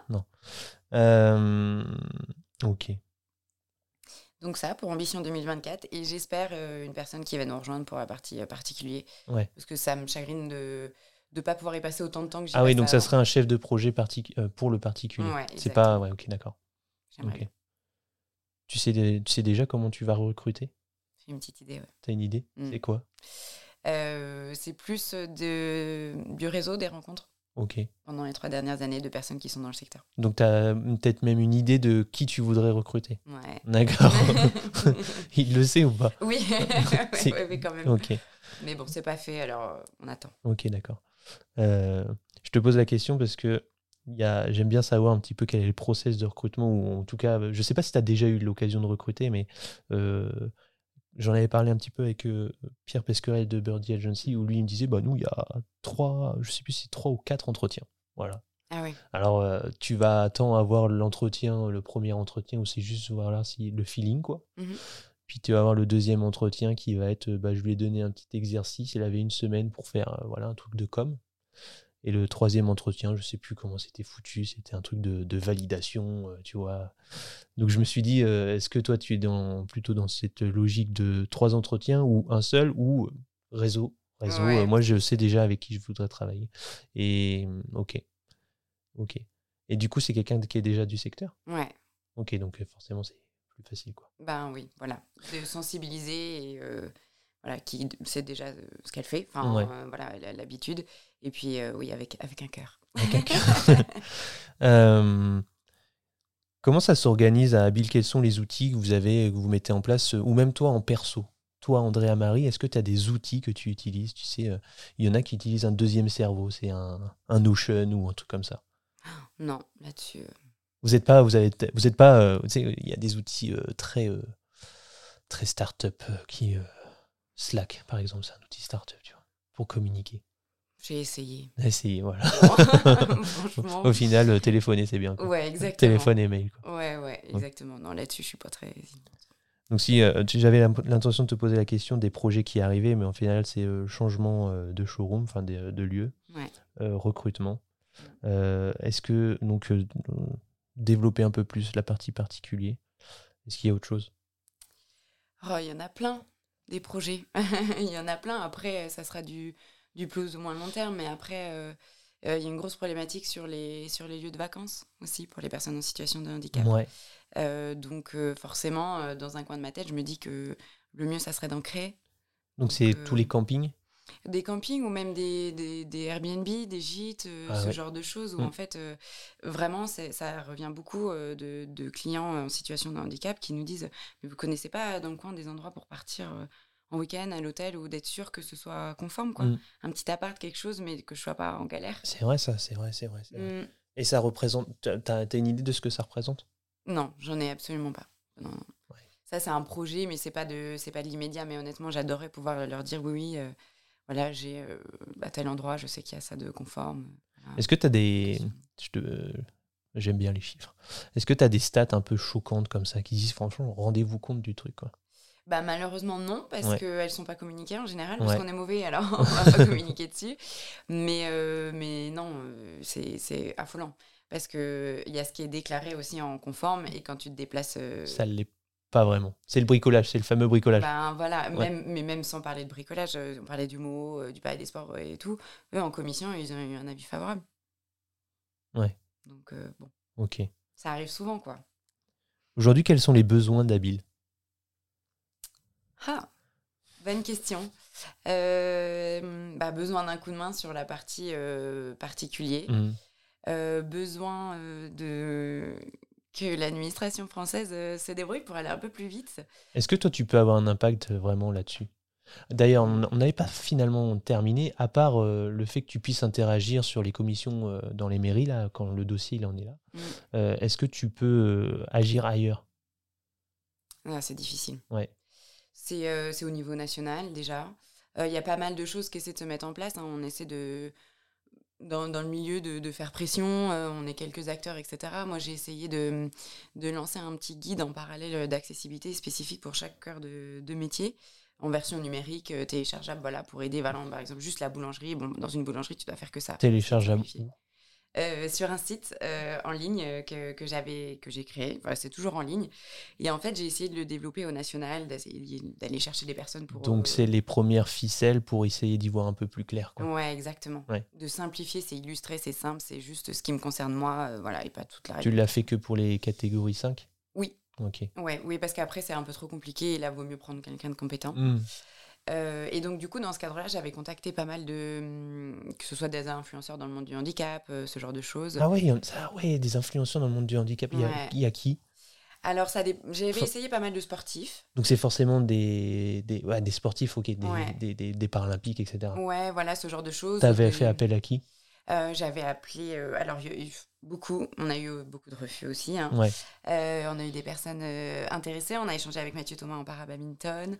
Ok. Donc ça, pour Ambition 2024. Et j'espère une personne qui va nous rejoindre pour la partie particulier. Ouais. Parce que ça me chagrine de ne pas pouvoir y passer autant de temps que j'y passe. Ah oui, donc ça serait un chef de projet pour le particulier. Ouais, c'est pas... Ouais, ok, d'accord. J'aimerais bien. Tu sais déjà comment tu vas recruter? J'ai une petite idée, ouais. T'as une idée? C'est quoi? C'est plus du réseau, des rencontres. Ok. Pendant les 3 dernières années, de personnes qui sont dans le secteur. Donc, tu as peut-être même une idée de qui tu voudrais recruter? Ouais. D'accord. Il le sait ou pas? Oui, oui, quand même. Ok. Mais bon, c'est pas fait, alors on attend. Ok, d'accord. Je te pose la question parce que j'aime bien savoir un petit peu quel est le process de recrutement, ou en tout cas, je sais pas si tu as déjà eu l'occasion de recruter, mais j'en avais parlé un petit peu avec Pierre Pesquerel de Birdie Agency, où lui il me disait, nous il y a 3 ou 4 entretiens. Voilà. Ah oui. Alors tu vas attendre à avoir le premier entretien où c'est juste voilà si le feeling quoi. Mm-hmm. Puis tu vas avoir le deuxième entretien qui va être, je lui ai donné un petit exercice, il avait 1 semaine pour faire un truc de com. Et le troisième entretien, je sais plus comment c'était foutu, c'était un truc de validation, tu vois. Donc je me suis dit, est-ce que toi tu es plutôt dans cette logique de 3 entretiens ou un seul, ou réseau ouais. Moi je sais déjà avec qui je voudrais travailler. Et ok. Et du coup c'est quelqu'un qui est déjà du secteur? Ouais. Ok, donc forcément c'est plus facile quoi. Oui, voilà. De sensibiliser et... Voilà, qui sait déjà ce qu'elle fait, voilà, elle a l'habitude. Et puis, oui, avec un cœur. Avec un cœur. Comment ça s'organise à Habile? Quels sont les outils que vous mettez en place, ou même toi en perso? Toi, Andrea Marie, est-ce que tu as des outils que tu utilises? Tu sais, il y en a qui utilisent un deuxième cerveau, c'est un Notion ou un truc comme ça. Non, là-dessus... Vous n'êtes pas... tu sais, il y a des outils très start-up qui... Slack, par exemple, c'est un outil start-up, tu vois, pour communiquer. J'ai essayé. Voilà. Franchement. Au final, téléphoner, c'est bien. Quoi. Ouais, exactement. Téléphone et mail. Quoi. Ouais, exactement. Non, là-dessus, je suis pas très... Donc, si j'avais l'intention de te poser la question des projets qui arrivaient, mais en final, c'est changement de showroom, enfin de lieu, recrutement. Est-ce que, donc, développer un peu plus la partie particulier, est-ce qu'il y a autre chose? Il y en a plein. Des projets. Il y en a plein. Après, ça sera du plus ou moins long terme. Mais après, il y a une grosse problématique sur les lieux de vacances aussi pour les personnes en situation de handicap. Ouais. Donc, forcément, dans un coin de ma tête, je me dis que le mieux, ça serait d'en créer. Donc c'est tous les campings? Des campings ou même des Airbnb, des gîtes, genre de choses où en fait, vraiment, ça revient beaucoup de clients en situation de handicap qui nous disent « Mais vous connaissez pas dans le coin des endroits pour partir en week-end à l'hôtel ou d'être sûr que ce soit conforme, quoi. Un petit appart, quelque chose, mais que je sois pas en galère. » C'est vrai ça, c'est vrai. Et ça représente... T'as une idée de ce que ça représente ? Non, j'en ai absolument pas. Non. Ouais. Ça, c'est un projet, mais c'est pas de l'immédiat. Mais honnêtement, j'adorerais pouvoir leur dire oui, voilà, j'ai à tel endroit, je sais qu'il y a ça de conforme. Voilà. Est-ce que tu as des... J'aime bien les chiffres. Est-ce que tu as des stats un peu choquantes comme ça qui disent franchement, rendez-vous compte du truc, quoi ? Bah, malheureusement, non, parce qu'elles ne sont pas communiquées en général, parce qu'on est mauvais, alors on ne va pas communiquer dessus. Mais non, c'est affolant. Parce qu'il y a ce qui est déclaré aussi en conforme, et quand tu te déplaces... Ça ne l'est pas vraiment. C'est le bricolage, c'est le fameux bricolage. Ben voilà, même sans parler de bricolage, on parlait du mot, du palais des sports et tout. Eux, en commission, ils ont eu un avis favorable. Ouais. Donc, bon. Ok. Ça arrive souvent, quoi. Aujourd'hui, quels sont les besoins d'Habile ? Bonne question. Besoin d'un coup de main sur la partie particulier. Besoin que l'administration française se débrouille pour aller un peu plus vite. Est-ce que toi, tu peux avoir un impact vraiment là-dessus ? D'ailleurs, on n'avait pas finalement terminé, à part le fait que tu puisses interagir sur les commissions dans les mairies, là, quand le dossier il en est là. Est-ce que tu peux agir ailleurs ? C'est difficile. Ouais. C'est au niveau national, déjà. Il y a pas mal de choses qui essaient de se mettre en place. Hein. On essaie dans le milieu de faire pression. On est quelques acteurs, etc. Moi, j'ai essayé de lancer un petit guide en parallèle d'accessibilité spécifique pour chaque cœur de métier, en version numérique, téléchargeable, voilà, pour aider, par exemple, juste la boulangerie. Bon, dans une boulangerie, tu dois faire que ça. Téléchargeable. Sur un site en ligne que j'ai créé. Voilà, c'est toujours en ligne. Et en fait, j'ai essayé de le développer au national, d'aller chercher des personnes pour... Donc, c'est les premières ficelles pour essayer d'y voir un peu plus clair, quoi. Ouais, exactement. Ouais. De simplifier, c'est illustré, c'est simple, c'est juste ce qui me concerne moi, voilà, et pas toute la règle. Tu l'as fait que pour les catégories 5 ? Oui. Ok. Oui, parce qu'après, c'est un peu trop compliqué et là, il vaut mieux prendre quelqu'un de compétent. Et donc, du coup, dans ce cadre-là, j'avais contacté pas mal que ce soit des influenceurs dans le monde du handicap, ce genre de choses. Ah oui, des influenceurs dans le monde du handicap. Il y a qui ? Alors, j'avais essayé pas mal de sportifs. Donc, c'est forcément des sportifs, ok, des paralympiques, etc. Ouais, voilà, ce genre de choses. T'avais fait appel à qui ? J'avais appelé... alors, il y a eu beaucoup. On a eu beaucoup de refus aussi. Hein. Ouais. On a eu des personnes intéressées. On a échangé avec Mathieu Thomas en para-badminton.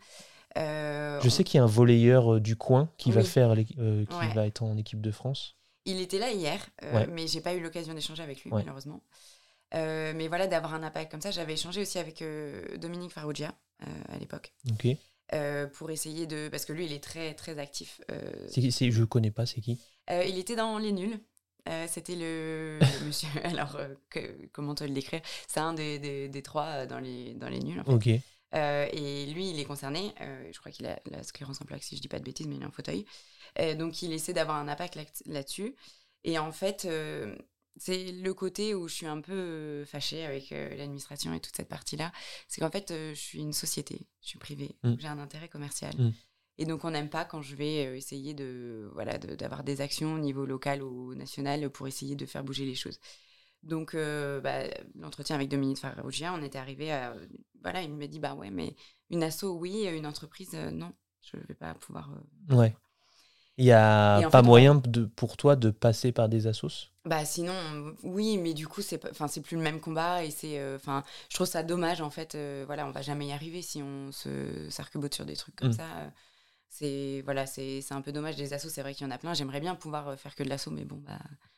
Je sais qu'il y a un volleyeur du coin qui va être en équipe de France. Il était là hier, mais j'ai pas eu l'occasion d'échanger avec lui, malheureusement. Mais voilà, d'avoir un impact comme ça. J'avais échangé aussi avec Dominique Farrugia à l'époque. Ok. Pour essayer de... Parce que lui, il est très, très actif. Je connais pas, c'est qui ? Il était dans Les Nuls. C'était le monsieur... Alors, comment te le décrire ? C'est un des trois dans les Nuls, en fait. Ok. Et lui, il est concerné. Je crois qu'il a la sclérose en plaques, si je dis pas de bêtises, mais il est en fauteuil. Donc, il essaie d'avoir un impact là-dessus. Et en fait, c'est le côté où je suis un peu fâchée avec l'administration et toute cette partie-là. C'est qu'en fait, je suis une société, je suis privée, j'ai un intérêt commercial. Et donc, on n'aime pas quand je vais essayer d'avoir des actions au niveau local ou national pour essayer de faire bouger les choses. Donc, l'entretien avec Dominique Farrugia, on était arrivé à... Voilà, il m'a dit, mais une asso, oui, une entreprise, non, je ne vais pas pouvoir... Ouais. Il n'y a pas moyen pour toi de passer par des assos ? Sinon, oui, mais du coup, c'est plus le même combat et je trouve ça dommage, en fait. On ne va jamais y arriver si on s'arc-boute sur des trucs comme ça. C'est un peu dommage. Des assos, c'est vrai qu'il y en a plein. J'aimerais bien pouvoir faire que de l'asso, mais bon,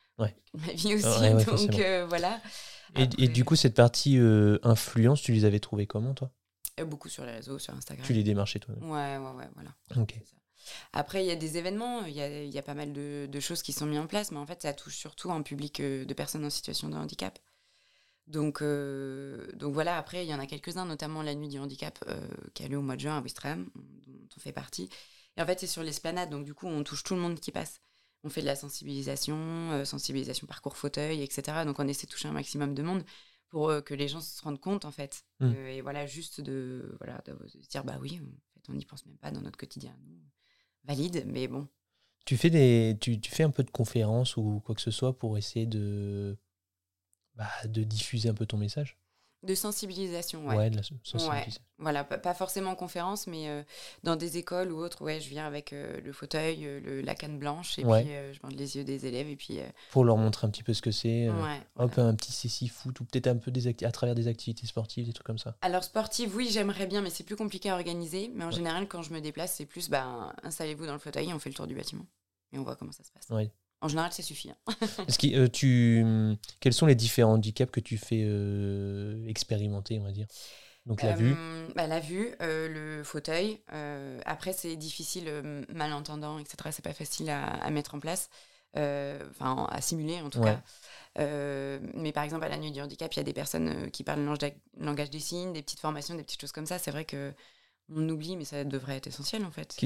ma vie aussi, donc voilà. Et du coup, cette partie influence, tu les avais trouvées comment, toi ? Beaucoup sur les réseaux, sur Instagram. Tu les démarchais toi-même ? Ouais, voilà. Ok. Après, il y a des événements, il y a pas mal de choses qui sont mises en place, mais en fait, ça touche surtout un public de personnes en situation de handicap. Donc voilà, après, il y en a quelques-uns, notamment la Nuit du handicap qui a lieu au mois de juin à Ouistreham, dont on fait partie. Et en fait, c'est sur l'esplanade, donc du coup, on touche tout le monde qui passe. On fait de la sensibilisation parcours fauteuil, etc. Donc, on essaie de toucher un maximum de monde pour que les gens se rendent compte, en fait. Et voilà, juste de se dire, oui, en fait, on n'y pense même pas dans notre quotidien. valide, mais bon. Tu fais un peu de conférences ou quoi que ce soit pour essayer de diffuser un peu ton message? De sensibilisation, ouais. Ouais, de la sensibilisation. Ouais. Voilà, pas forcément en conférence, mais dans des écoles ou autres, je viens avec le fauteuil, la canne blanche, et puis je bande les yeux des élèves. Et puis, pour leur montrer un petit peu ce que c'est. Voilà. Un petit CC foot, ou peut-être un peu à travers des activités sportives, des trucs comme ça. Alors, sportive, oui, j'aimerais bien, mais c'est plus compliqué à organiser. Mais en général, quand je me déplace, c'est plus, installez-vous dans le fauteuil, on fait le tour du bâtiment. Et on voit comment ça se passe. Ouais. En général, ça suffit. Est-ce que, quels sont les différents handicaps que tu fais expérimenter, on va dire? Donc la vue. La vue, le fauteuil. Après, c'est difficile, malentendant, etc. C'est pas facile à mettre en place. À simuler, en tout cas. Mais par exemple, à la nuit du handicap, il y a des personnes qui parlent le langage des signes, des petites formations, des petites choses comme ça. C'est vrai que on oublie, mais ça devrait être essentiel, en fait.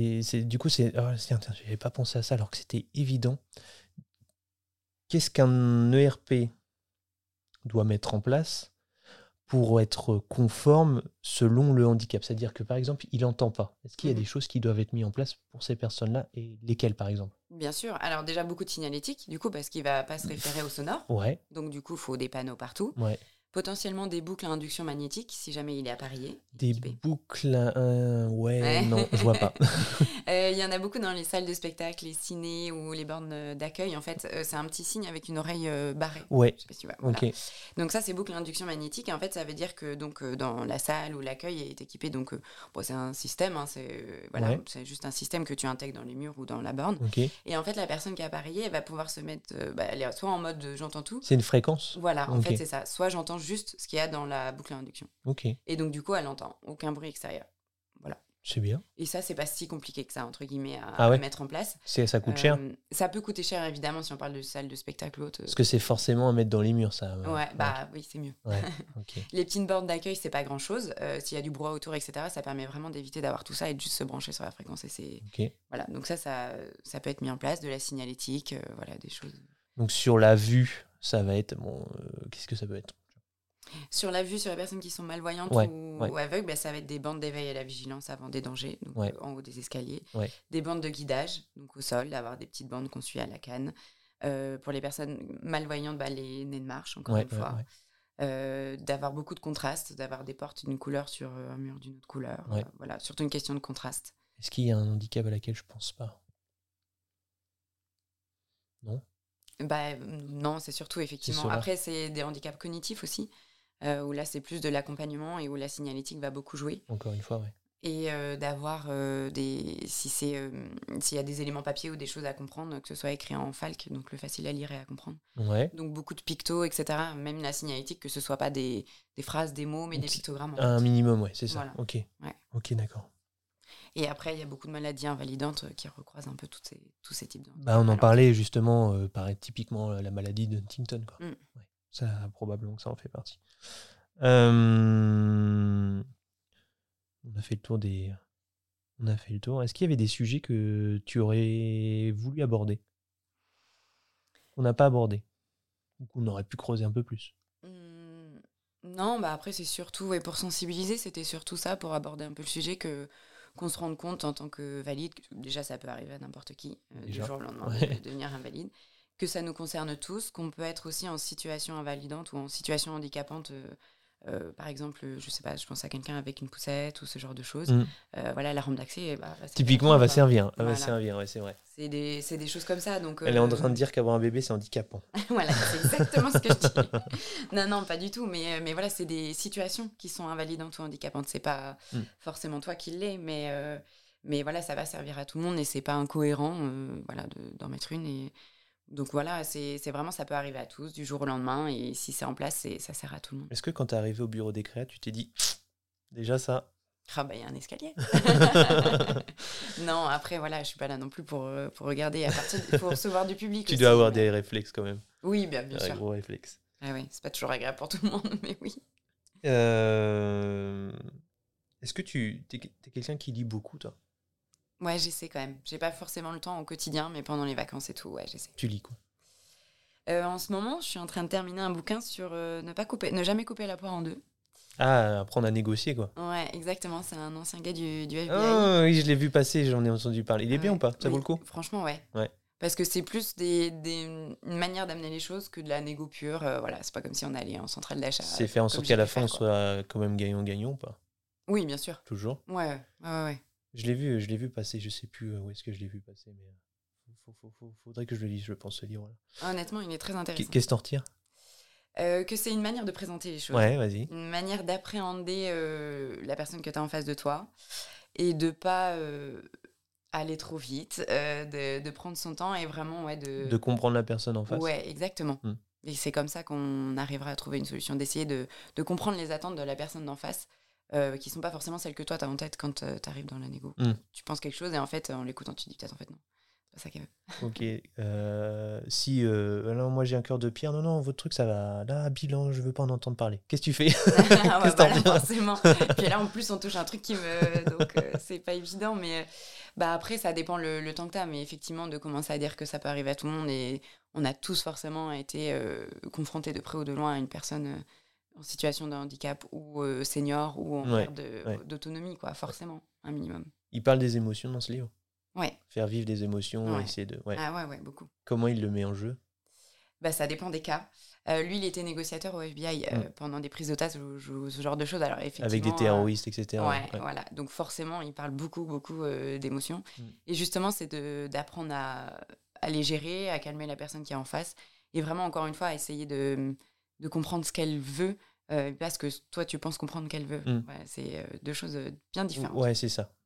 J'avais pas pensé à ça alors que c'était évident. Qu'est-ce qu'un ERP doit mettre en place pour être conforme selon le handicap? C'est-à-dire que, par exemple, il n'entend pas. Est-ce qu'il y a des choses qui doivent être mises en place pour ces personnes-là, et lesquelles, par exemple? Bien sûr. Alors déjà, beaucoup de signalétique, du coup, parce qu'il ne va pas se référer au sonore. Ouais. Donc, du coup, il faut des panneaux partout. Ouais. Potentiellement des boucles à induction magnétique, si jamais il est appareillé. Des boucles à... Ouais, non, je vois pas. Il y en a beaucoup dans les salles de spectacle, les ciné ou les bornes d'accueil. En fait, c'est un petit signe avec une oreille barrée. Ouais. Je sais pas si tu vois. Voilà. Donc ça, c'est boucle à induction magnétique. Et en fait, ça veut dire que dans la salle où l'accueil est équipé, c'est un système. C'est juste un système que tu intègres dans les murs ou dans la borne. Et en fait, la personne qui est appareillée, elle va pouvoir se mettre elle est soit en mode j'entends tout. C'est une fréquence. Voilà, en fait, c'est ça. Soit j'entends juste ce qu'il y a dans la boucle à induction. Et donc, du coup, elle entend aucun bruit extérieur. Voilà. C'est bien. Et ça, c'est pas si compliqué que ça, entre guillemets, à mettre en place. Ça coûte cher? Ça peut coûter cher, évidemment, si on parle de salle de spectacle ou autre. Parce que c'est forcément à mettre dans les murs, ça. Oui, c'est mieux. Ouais, Les petites bornes d'accueil, c'est pas grand-chose. S'il y a du brouhaha autour, etc., ça permet vraiment d'éviter d'avoir tout ça et de juste se brancher sur la fréquence. Voilà, donc ça peut être mis en place, de la signalétique, des choses. Donc sur la vue, ça va être... qu'est-ce que ça peut être? Sur la vue, sur les personnes qui sont malvoyantes ou aveugles, ça va être des bandes d'éveil à la vigilance avant des dangers, donc en haut des escaliers. Des bandes de guidage, donc au sol, d'avoir des petites bandes qu'on suit à la canne. Pour les personnes malvoyantes, les nez de marche, encore une fois. D'avoir beaucoup de contraste, d'avoir des portes d'une couleur sur un mur d'une autre couleur. Surtout une question de contraste. Est-ce qu'il y a un handicap à laquelle je pense pas? Non? Non, c'est surtout effectivement. Après, c'est des handicaps cognitifs aussi. Où là c'est plus de l'accompagnement et où la signalétique va beaucoup jouer. Encore une fois, Et d'avoir s'il y a des éléments papier ou des choses à comprendre, que ce soit écrit en FALC, donc le facile à lire et à comprendre. Donc beaucoup de pictos, etc. Même la signalétique, que ce soit pas des phrases, des mots, mais des pictogrammes. Un minimum, c'est ça. Voilà. Ok, d'accord. Et après, il y a beaucoup de maladies invalidantes qui recroisent un peu tous ces types de... on en parlait justement, typiquement la maladie de Huntington, quoi. Ça, probablement que ça en fait partie. On a fait le tour. Est-ce qu'il y avait des sujets que tu aurais voulu aborder, qu'on n'a pas abordé, ou qu'on aurait pu creuser un peu plus? Non, après c'est surtout, et pour sensibiliser, c'était surtout ça, pour aborder un peu le sujet, qu'on se rende compte en tant que valide, déjà ça peut arriver à n'importe qui, du jour au lendemain, de devenir invalide, que ça nous concerne tous, qu'on peut être aussi en situation invalidante ou en situation handicapante. Par exemple, je sais pas, je pense à quelqu'un avec une poussette ou ce genre de choses. La rampe d'accès, typiquement, elle va servir. Elle va servir, c'est vrai. C'est des choses comme ça. Donc, elle est en train de dire qu'avoir un bébé, c'est handicapant. Voilà, c'est exactement ce que je dis. Non, pas du tout. Mais voilà, c'est des situations qui sont invalidantes ou handicapantes. C'est pas forcément toi qui l'es, mais voilà, ça va servir à tout le monde et c'est pas incohérent d'en mettre une. Et donc voilà, c'est vraiment, ça peut arriver à tous du jour au lendemain, et si c'est en place, ça sert à tout le monde. Est-ce que quand t'es arrivé au bureau des créas, tu t'es dit déjà ça? Il y a un escalier. Non, après voilà, je suis pas là non plus pour regarder. Il faut recevoir du public. Tu dois avoir des réflexes quand même. Oui, bien sûr. Un gros réflexe. Ah oui, c'est pas toujours agréable pour tout le monde, mais oui. Est-ce que t'es quelqu'un qui lit beaucoup, toi? Ouais, j'essaie quand même. J'ai pas forcément le temps au quotidien, mais pendant les vacances et tout, j'essaie. Tu lis quoi? En ce moment, je suis en train de terminer un bouquin sur ne jamais couper la poire en deux. Ah, apprendre à négocier, quoi. Ouais, exactement. C'est un ancien gars du FBI. Oh, oui, je l'ai vu passer, j'en ai entendu parler. Il est bien ou pas? Ça vaut le coup? Franchement, ouais. Ouais. Parce que c'est plus une manière d'amener les choses que de la négo pure. Voilà, c'est pas comme si on allait en centrale d'achat. C'est faire en sorte qu'à la fin, on soit quand même gagnant-gagnant ou pas? Oui, bien sûr. Toujours? Ouais. Je l'ai vu passer, je sais plus où est-ce que je l'ai vu passer, mais faudrait que je le lise, je pense, ce livre-là. Honnêtement, il est très intéressant. Qu'est-ce que t'en retires? Que c'est une manière de présenter les choses. Ouais, vas-y. Une manière d'appréhender la personne que tu as en face de toi et de pas aller trop vite, de prendre son temps et vraiment de comprendre la personne en face. Ouais, exactement. Et c'est comme ça qu'on arrivera à trouver une solution, d'essayer de comprendre les attentes de la personne d'en face, qui sont pas forcément celles que toi tu as en tête quand tu arrives dans la négo. Tu penses quelque chose et en fait en l'écoutant tu dis peut-être en fait non. C'est pas ça qu'elle veut. Ok. Si non, moi j'ai un cœur de pierre, non, votre truc ça va. Là, bilan, je veux pas en entendre parler. Qu'est-ce que tu fais? Forcément. Puis là en plus on touche un truc qui me. Donc c'est pas évident, mais après ça dépend le temps que t'as, mais effectivement de commencer à dire que ça peut arriver à tout le monde et on a tous forcément été confrontés de près ou de loin à une personne en situation de handicap ou senior ou en perte d'autonomie, quoi, forcément, un minimum. Il parle des émotions dans ce livre? Ouais. Faire vivre des émotions, essayer de... Ouais. Ah ouais, beaucoup. Comment il le met en jeu? Ça dépend des cas. Lui, il était négociateur au FBI pendant des prises d'otages ou ce genre de choses. Alors, effectivement, avec des terroristes, etc. Ouais, voilà. Donc forcément, il parle beaucoup d'émotions. Et justement, c'est d'apprendre à les gérer, à calmer la personne qui est en face. Et vraiment, encore une fois, à essayer de comprendre ce qu'elle veut, parce que toi, tu penses comprendre qu'elle veut. C'est deux choses bien différentes. Ouais, c'est ça.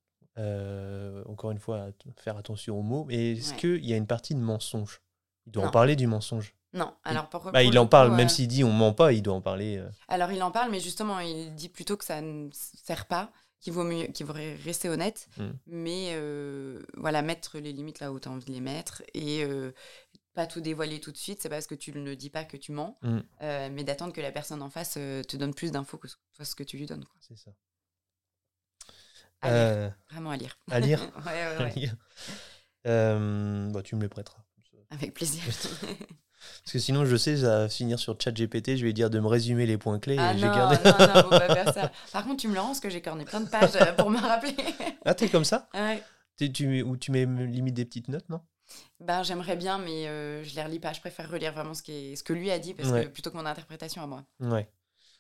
Encore une fois, faire attention aux mots. Mais est-ce qu'il y a une partie de mensonge? Il doit en parler du mensonge? Non. Alors, il en parle, même s'il dit on ment pas, il doit en parler. Alors, il en parle, mais justement, il dit plutôt que ça ne sert pas, qu'il vaudrait rester honnête, mais voilà, mettre les limites là où tu as envie de les mettre et pas tout dévoiler tout de suite. C'est parce que tu ne dis pas que tu mens, mais d'attendre que la personne en face te donne plus d'infos que toi, ce que tu lui donnes, quoi. C'est ça. À lire. Vraiment à lire. À lire. Ouais. À lire. Tu me les prêteras. Avec plaisir. Parce que sinon, je sais, ça va finir sur ChatGPT, je vais dire de me résumer les points clés. Ah et non, faut pas faire ça. Par contre, tu me le rends parce que j'ai corné plein de pages pour me rappeler. Ah, t'es comme ça? Ouais. Ou tu mets limite des petites notes, non? J'aimerais bien, mais je les relis pas. Je préfère relire vraiment ce que lui a dit parce que plutôt que mon interprétation à moi. Ouais,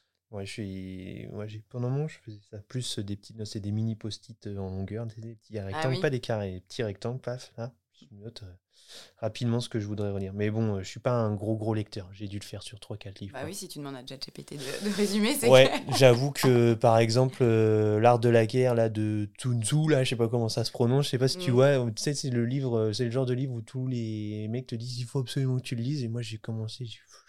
pendant mon, je faisais ça plus des petites notes, c'est des mini post-it en longueur, des petits rectangles, pas des carrés, des petits rectangles, paf, là, je note rapidement ce que je voudrais relire. Mais bon, je suis pas un gros lecteur, j'ai dû le faire sur 3-4 livres. Oui, si tu demandes à ChatGPT de résumer, c'est j'avoue que par exemple, L'Art de la guerre là, de Sun Tzu, là, je sais pas comment ça se prononce, je sais pas si tu vois, tu sais, c'est le genre de livre où tous les mecs te disent il faut absolument que tu le lises, et moi j'ai commencé,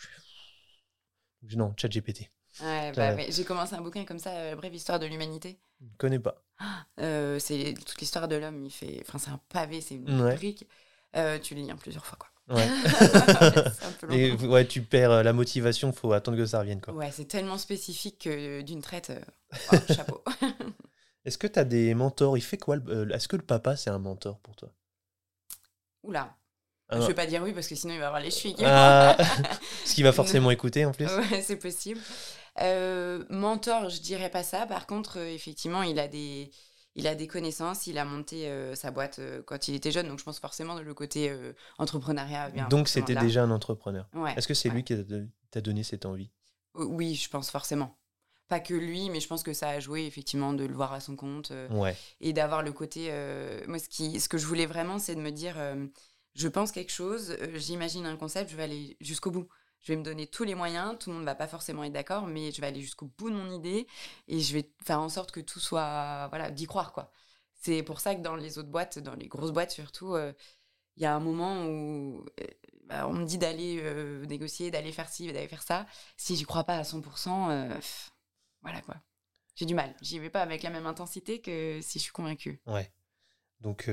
non, ChatGPT. J'ai commencé un bouquin comme ça, La brève histoire de l'humanité. Je ne connais pas. C'est toute l'histoire de l'homme. C'est un pavé, c'est une brique. Tu le lis en plusieurs fois, quoi. Ouais. C'est un peu long. Et tu perds la motivation, faut attendre que ça revienne, quoi. Ouais, c'est tellement spécifique que d'une traite, chapeau. Est-ce que tu as des mentors? Il fait quoi est-ce que le papa, c'est un mentor pour toi? Oula. Je vais pas dire oui parce que sinon il va avoir les chevilles. Parce qu'il va forcément écouter en plus. Ouais, c'est possible. Mentor, je dirais pas ça. Par contre, effectivement, il a des connaissances. Il a monté sa boîte quand il était jeune, donc je pense forcément le côté entrepreneuriat. Donc c'était déjà un entrepreneur. Ouais, est-ce que c'est lui qui t'a donné cette envie? Oui, je pense forcément. Pas que lui, mais je pense que ça a joué effectivement de le voir à son compte et d'avoir le côté. Moi, ce que je voulais vraiment, c'est de me dire. Je pense quelque chose, j'imagine un concept, je vais aller jusqu'au bout. Je vais me donner tous les moyens, tout le monde ne va pas forcément être d'accord, mais je vais aller jusqu'au bout de mon idée et je vais faire en sorte que tout soit... Voilà, d'y croire, quoi. C'est pour ça que dans les autres boîtes, dans les grosses boîtes surtout, il y a un moment où on me dit d'aller négocier, d'aller faire ci, d'aller faire ça. Si j'y crois pas à 100%, voilà, quoi. J'ai du mal. J'y vais pas avec la même intensité que si je suis convaincue. Ouais. Donc...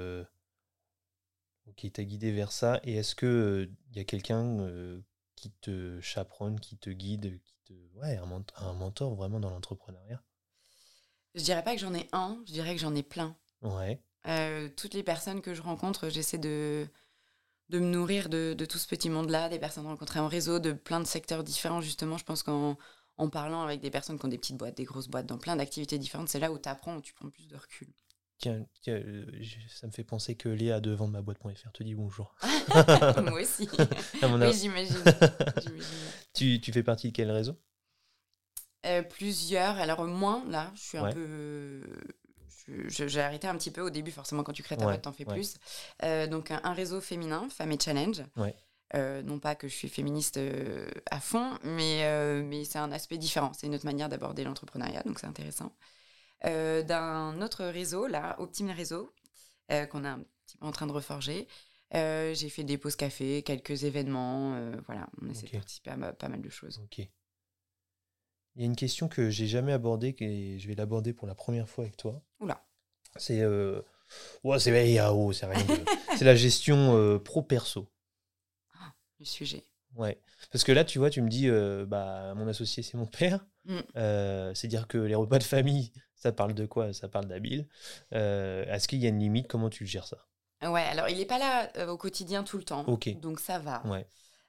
Ok, il t'a guidé vers ça. Et est-ce que y a quelqu'un qui te chaperonne, qui te guide, un mentor vraiment dans l'entrepreneuriat? Je dirais pas que j'en ai un, je dirais que j'en ai plein. Ouais. Toutes les personnes que je rencontre, j'essaie de me nourrir de tout ce petit monde-là, des personnes rencontrées en réseau, de plein de secteurs différents. Justement, je pense qu'en en parlant avec des personnes qui ont des petites boîtes, des grosses boîtes, dans plein d'activités différentes, c'est là où tu apprends, où tu prends plus de recul. Tiens, ça me fait penser que Léa de vendemaboîte.fr te dit bonjour. Moi aussi. Oui, j'imagine. Tu fais partie de quel réseau? Plusieurs. Alors, moins, là, je suis un peu... J'ai arrêté un petit peu au début, forcément, quand tu crées ta boîte, t'en fais plus. Donc, un réseau féminin, Femmes et Challenge. Non pas que je suis féministe à fond, mais c'est un aspect différent. C'est une autre manière d'aborder l'entrepreneuriat, donc c'est intéressant. D'un autre réseau, là, Optime Réseau, qu'on est un petit peu en train de reforger. J'ai fait des pauses café, quelques événements. Voilà, on essaie de participer à pas mal de choses. Ok. Il y a une question que j'ai jamais abordée, et je vais l'aborder pour la première fois avec toi. Oula. C'est c'est rien de... C'est la gestion pro-perso. Le sujet. Ouais. Parce que là, tu vois, tu me dis, mon associé, c'est mon père. C'est dire que les repas de famille, ça parle de quoi? Ça parle d'habile. Est-ce qu'il y a une limite? Comment tu gères ça? Ouais, alors il n'est pas là au quotidien tout le temps. Donc ça va. Ouais.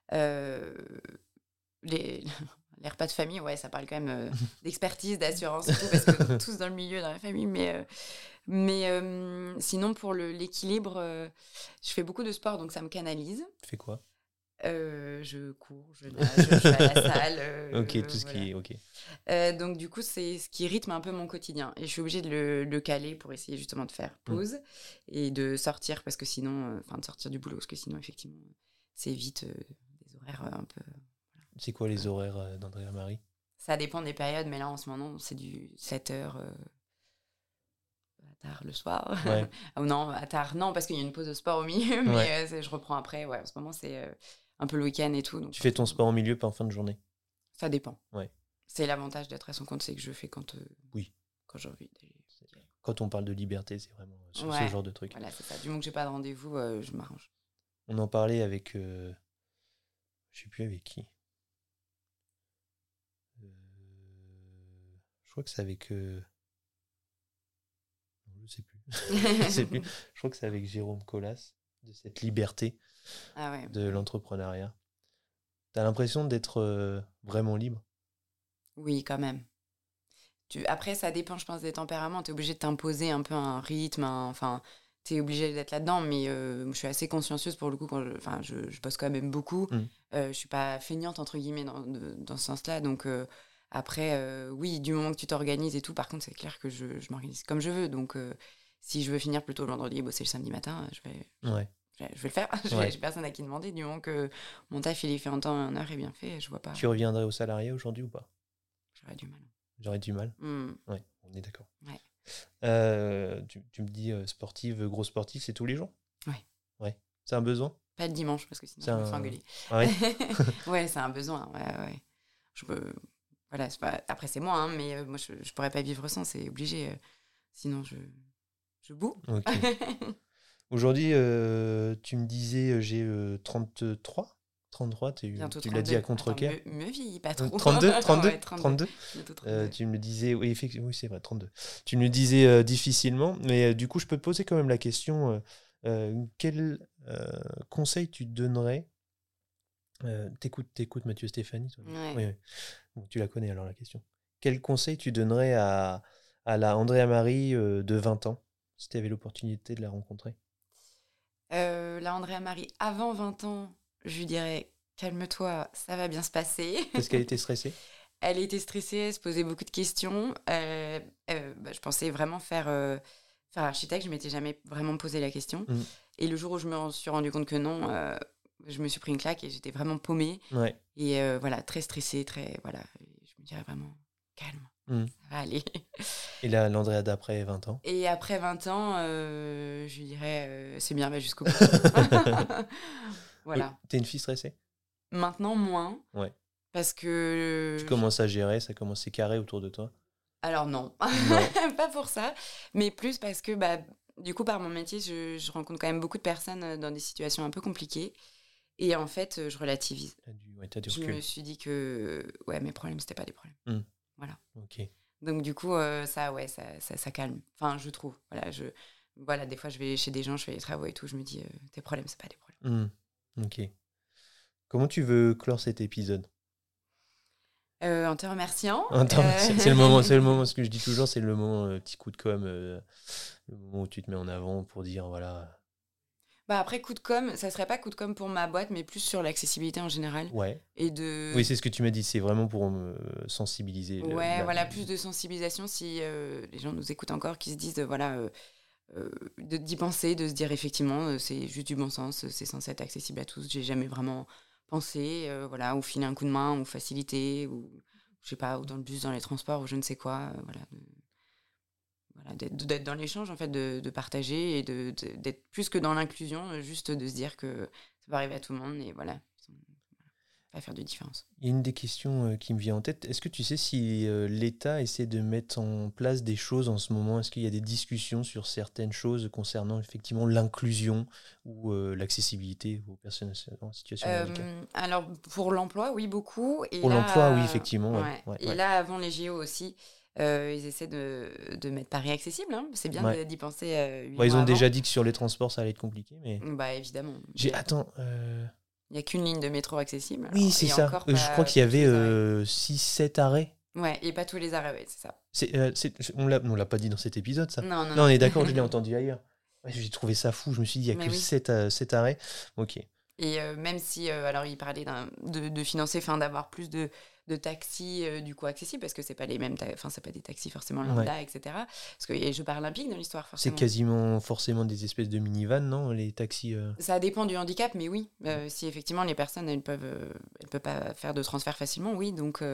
Les repas de famille, ça parle quand même d'expertise, d'assurance et tout, parce que tous dans le milieu, dans la famille. Mais sinon, pour l'équilibre, je fais beaucoup de sport, donc ça me canalise. Tu fais quoi? Je cours, je nage, je vais à la salle. Ok, tout ce qui est ok. Donc du coup, c'est ce qui rythme un peu mon quotidien. Et je suis obligée de le caler pour essayer justement de faire pause et de sortir, parce que sinon, de sortir du boulot, parce que sinon, effectivement, c'est vite des horaires un peu... C'est quoi les horaires d'Andrea Marie? Ça dépend des périodes, mais là, en ce moment, c'est du 7h à tard le soir. Ouais. Non, à tard, non, parce qu'il y a une pause de sport au milieu, mais je reprends après. En ce moment, c'est un peu le week-end et tout. Donc, tu fais ton sport au milieu, pas en fin de journée? Ça dépend. Ouais. C'est l'avantage d'être à son compte, c'est que je fais quand j'ai envie. Quand on parle de liberté, c'est vraiment sur ce genre de truc. Voilà, c'est ça. Du moment que j'ai pas de rendez-vous, je m'arrange. On en parlait avec... je sais plus avec qui. Je crois que c'est avec... Je sais plus. Je crois que c'est avec Jérôme Colas, de cette liberté de l'entrepreneuriat. T'as l'impression d'être vraiment libre? Oui, quand même. Après, ça dépend, je pense, des tempéraments. T'es obligé de t'imposer un peu un rythme, t'es obligé d'être là-dedans, mais je suis assez consciencieuse pour le coup. Quand je bosse quand même beaucoup. Je suis pas feignante, entre guillemets, dans ce sens-là. Donc, après, oui, du moment que tu t'organises et tout, par contre, c'est clair que je m'organise comme je veux. Donc, si je veux finir plutôt le vendredi et bosser le samedi matin, je vais le faire. J'ai personne à qui demander. Du moment que mon taf, il est fait en temps et en heure et bien fait, je vois pas. Tu reviendrais au salariat aujourd'hui ou pas? J'aurais du mal. J'aurais du mal. Ouais, on est d'accord. Ouais. Tu me dis sportive, gros sportif, c'est tous les jours? Ouais. C'est un besoin? Pas le dimanche, parce que sinon, je me fais engueuler. Ah ouais? Ouais, c'est un besoin. Ouais. Voilà, après, c'est moi, mais moi, je pourrais pas vivre sans, c'est obligé. Sinon, je boue. Ok. Aujourd'hui, tu me disais, j'ai 33. 33, tu l'as dit à contre-cœur. Me vieillis pas trop. 32. Ouais, tu me le disais, oui, effectivement, oui, c'est vrai, 32. Tu me le disais difficilement, mais du coup, je peux te poser quand même la question, quel conseil tu te donnerais? T'écoutes Mathieu Stéphanie, toi? Oui. Bon, tu la connais alors la question. Quel conseil tu donnerais à la Andrea Marie de 20 ans, si tu avais l'opportunité de la rencontrer? La Andrea Marie, avant 20 ans, je lui dirais, calme-toi, ça va bien se passer. Est-ce qu'elle était stressée? Elle était stressée, elle se posait beaucoup de questions. Je pensais vraiment faire architecte, je ne m'étais jamais vraiment posé la question. Et le jour où je me suis rendu compte que non, je me suis pris une claque et j'étais vraiment paumée. Ouais. Et très stressée, je me dirais vraiment, calme, ça va aller. Et là, l'Andrea d'après 20 ans? Et après 20 ans, je lui dirais, c'est bien, va jusqu'au bout. Voilà. T'es une fille stressée? Maintenant, moins. Ouais. Parce que... Tu commences à gérer, ça commence à carré autour de toi? Alors non. Pas pour ça, mais plus parce que, du coup, par mon métier, je rencontre quand même beaucoup de personnes dans des situations un peu compliquées. Et en fait, je relativise. T'as du recul. Je me suis dit que mes problèmes, c'était pas des problèmes. Voilà. Ok. Donc du coup, ça calme. Enfin, je trouve. Voilà, des fois, je vais chez des gens, je fais les travaux et tout, je me dis, tes problèmes, c'est pas des problèmes. Ok. Comment tu veux clore cet épisode? En te remerciant. C'est le moment, ce que je dis toujours, c'est le moment petit coup de com', le moment où tu te mets en avant pour dire voilà. Après, coup de com', ça serait pas coup de com' pour ma boîte, mais plus sur l'accessibilité en général. Ouais. Oui, c'est ce que tu m'as dit, c'est vraiment pour me sensibiliser. Plus de sensibilisation si les gens nous écoutent encore, qui se disent, d'y penser, de se dire effectivement, c'est juste du bon sens, c'est censé être accessible à tous. J'ai jamais vraiment pensé, ou filer un coup de main, ou faciliter, ou je sais pas, ou dans le bus, dans les transports, ou je ne sais quoi, d'être dans l'échange, en fait, de partager et d'être plus que dans l'inclusion, juste de se dire que ça va arriver à tout le monde et voilà, pas faire de différence. Il y a une des questions qui me vient en tête. Est-ce que tu sais si l'État essaie de mettre en place des choses en ce moment ? Est-ce qu'il y a des discussions sur certaines choses concernant effectivement l'inclusion ou l'accessibilité aux personnes en situation de handicap ? Alors, pour l'emploi, oui, beaucoup. Et pour là, l'emploi, oui, effectivement. Ouais. Là, avant les JO aussi, ils essaient de mettre Paris accessible. Hein. C'est bien d'y penser 8 mois ils ont avant. déjà dit que sur les transports, ça allait être compliqué. Mais... évidemment. Attends... Il n'y a qu'une ligne de métro accessible. Oui, c'est ça. Je crois qu'il y avait 6-7 arrêts. Ouais, et pas tous les arrêts, c'est ça. On l'a pas dit dans cet épisode, ça. Non, on est d'accord, je l'ai entendu ailleurs. Ouais, j'ai trouvé ça fou. Je me suis dit, il n'y a que 7 arrêts. Ok. Et même si, il parlait de financer, d'avoir plus de taxis du coup accessibles, parce que c'est pas les mêmes, c'est pas des taxis forcément lambda, etc. Parce qu'il y a les Jeux paralympiques dans l'histoire, forcément. C'est quasiment forcément des espèces de minivans, non, les taxis Ça dépend du handicap, mais oui. Si effectivement les personnes, elles peuvent pas faire de transfert facilement, oui. Donc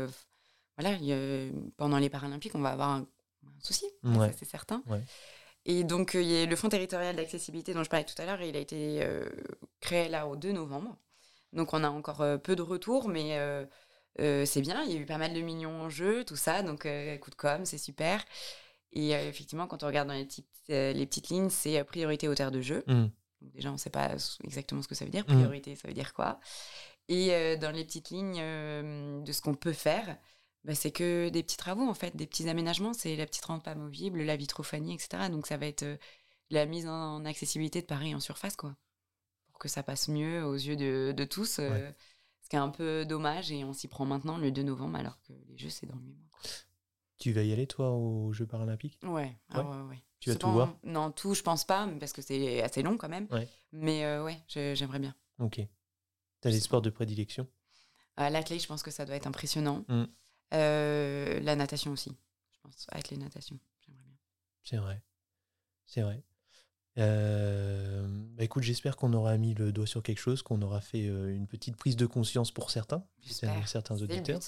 pendant les Paralympiques, on va avoir un souci, ça, c'est certain. Ouais. Et donc, il y a le Fonds territorial d'accessibilité dont je parlais tout à l'heure, il a été créé là au 2 novembre. Donc, on a encore peu de retours, mais c'est bien. Il y a eu pas mal de millions en jeu, tout ça. Donc, coup de com', c'est super. Et effectivement, quand on regarde dans les petites lignes, c'est priorité aux terres de jeu. Donc, déjà, on ne sait pas exactement ce que ça veut dire. Priorité, ça veut dire quoi ? Et dans les petites lignes de ce qu'on peut faire, c'est que des petits travaux, en fait, des petits aménagements. C'est la petite rampe amovible, la vitrophanie, etc. Donc, ça va être la mise en accessibilité de Paris en surface, quoi. Pour que ça passe mieux aux yeux de tous. Ce qui est un peu dommage. Et on s'y prend maintenant, le 2 novembre, alors que les Jeux, c'est dans 8 mois, quoi. Tu vas y aller, toi, aux Jeux paralympiques ? Ouais. Tu vas tout voir ? Non, tout, je pense pas, parce que c'est assez long, quand même. Ouais. Mais j'aimerais bien. Ok. T'as des sports de prédilection ? L'athlète, je pense que ça doit être impressionnant. La natation aussi, je pense, avec les natations, j'aimerais bien. C'est vrai. Écoute, j'espère qu'on aura mis le doigt sur quelque chose, qu'on aura fait une petite prise de conscience pour certains auditeurs.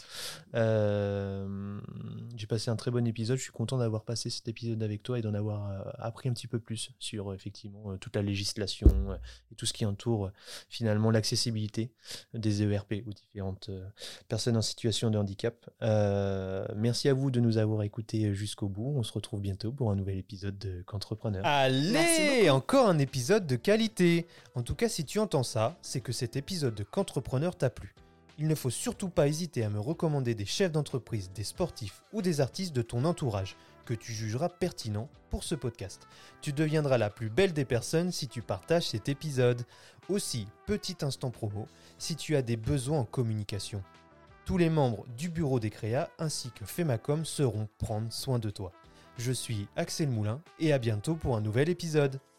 J'ai passé un très bon épisode. Je suis content d'avoir passé cet épisode avec toi et d'en avoir appris un petit peu plus sur effectivement toute la législation et tout ce qui entoure finalement l'accessibilité des ERP aux différentes personnes en situation de handicap. Merci à vous de nous avoir écoutés jusqu'au bout. On se retrouve bientôt pour un nouvel épisode de Qu'entrepreneur. Allez, encore un épisode de qualité. En tout cas, si tu entends ça, c'est que cet épisode de Qu'entrepreneur t'a plu. Il ne faut surtout pas hésiter à me recommander des chefs d'entreprise, des sportifs ou des artistes de ton entourage que tu jugeras pertinents pour ce podcast. Tu deviendras la plus belle des personnes si tu partages cet épisode. Aussi, petit instant promo, si tu as des besoins en communication. Tous les membres du bureau des créas ainsi que Femacom sauront prendre soin de toi. Je suis Axel Moulin et à bientôt pour un nouvel épisode.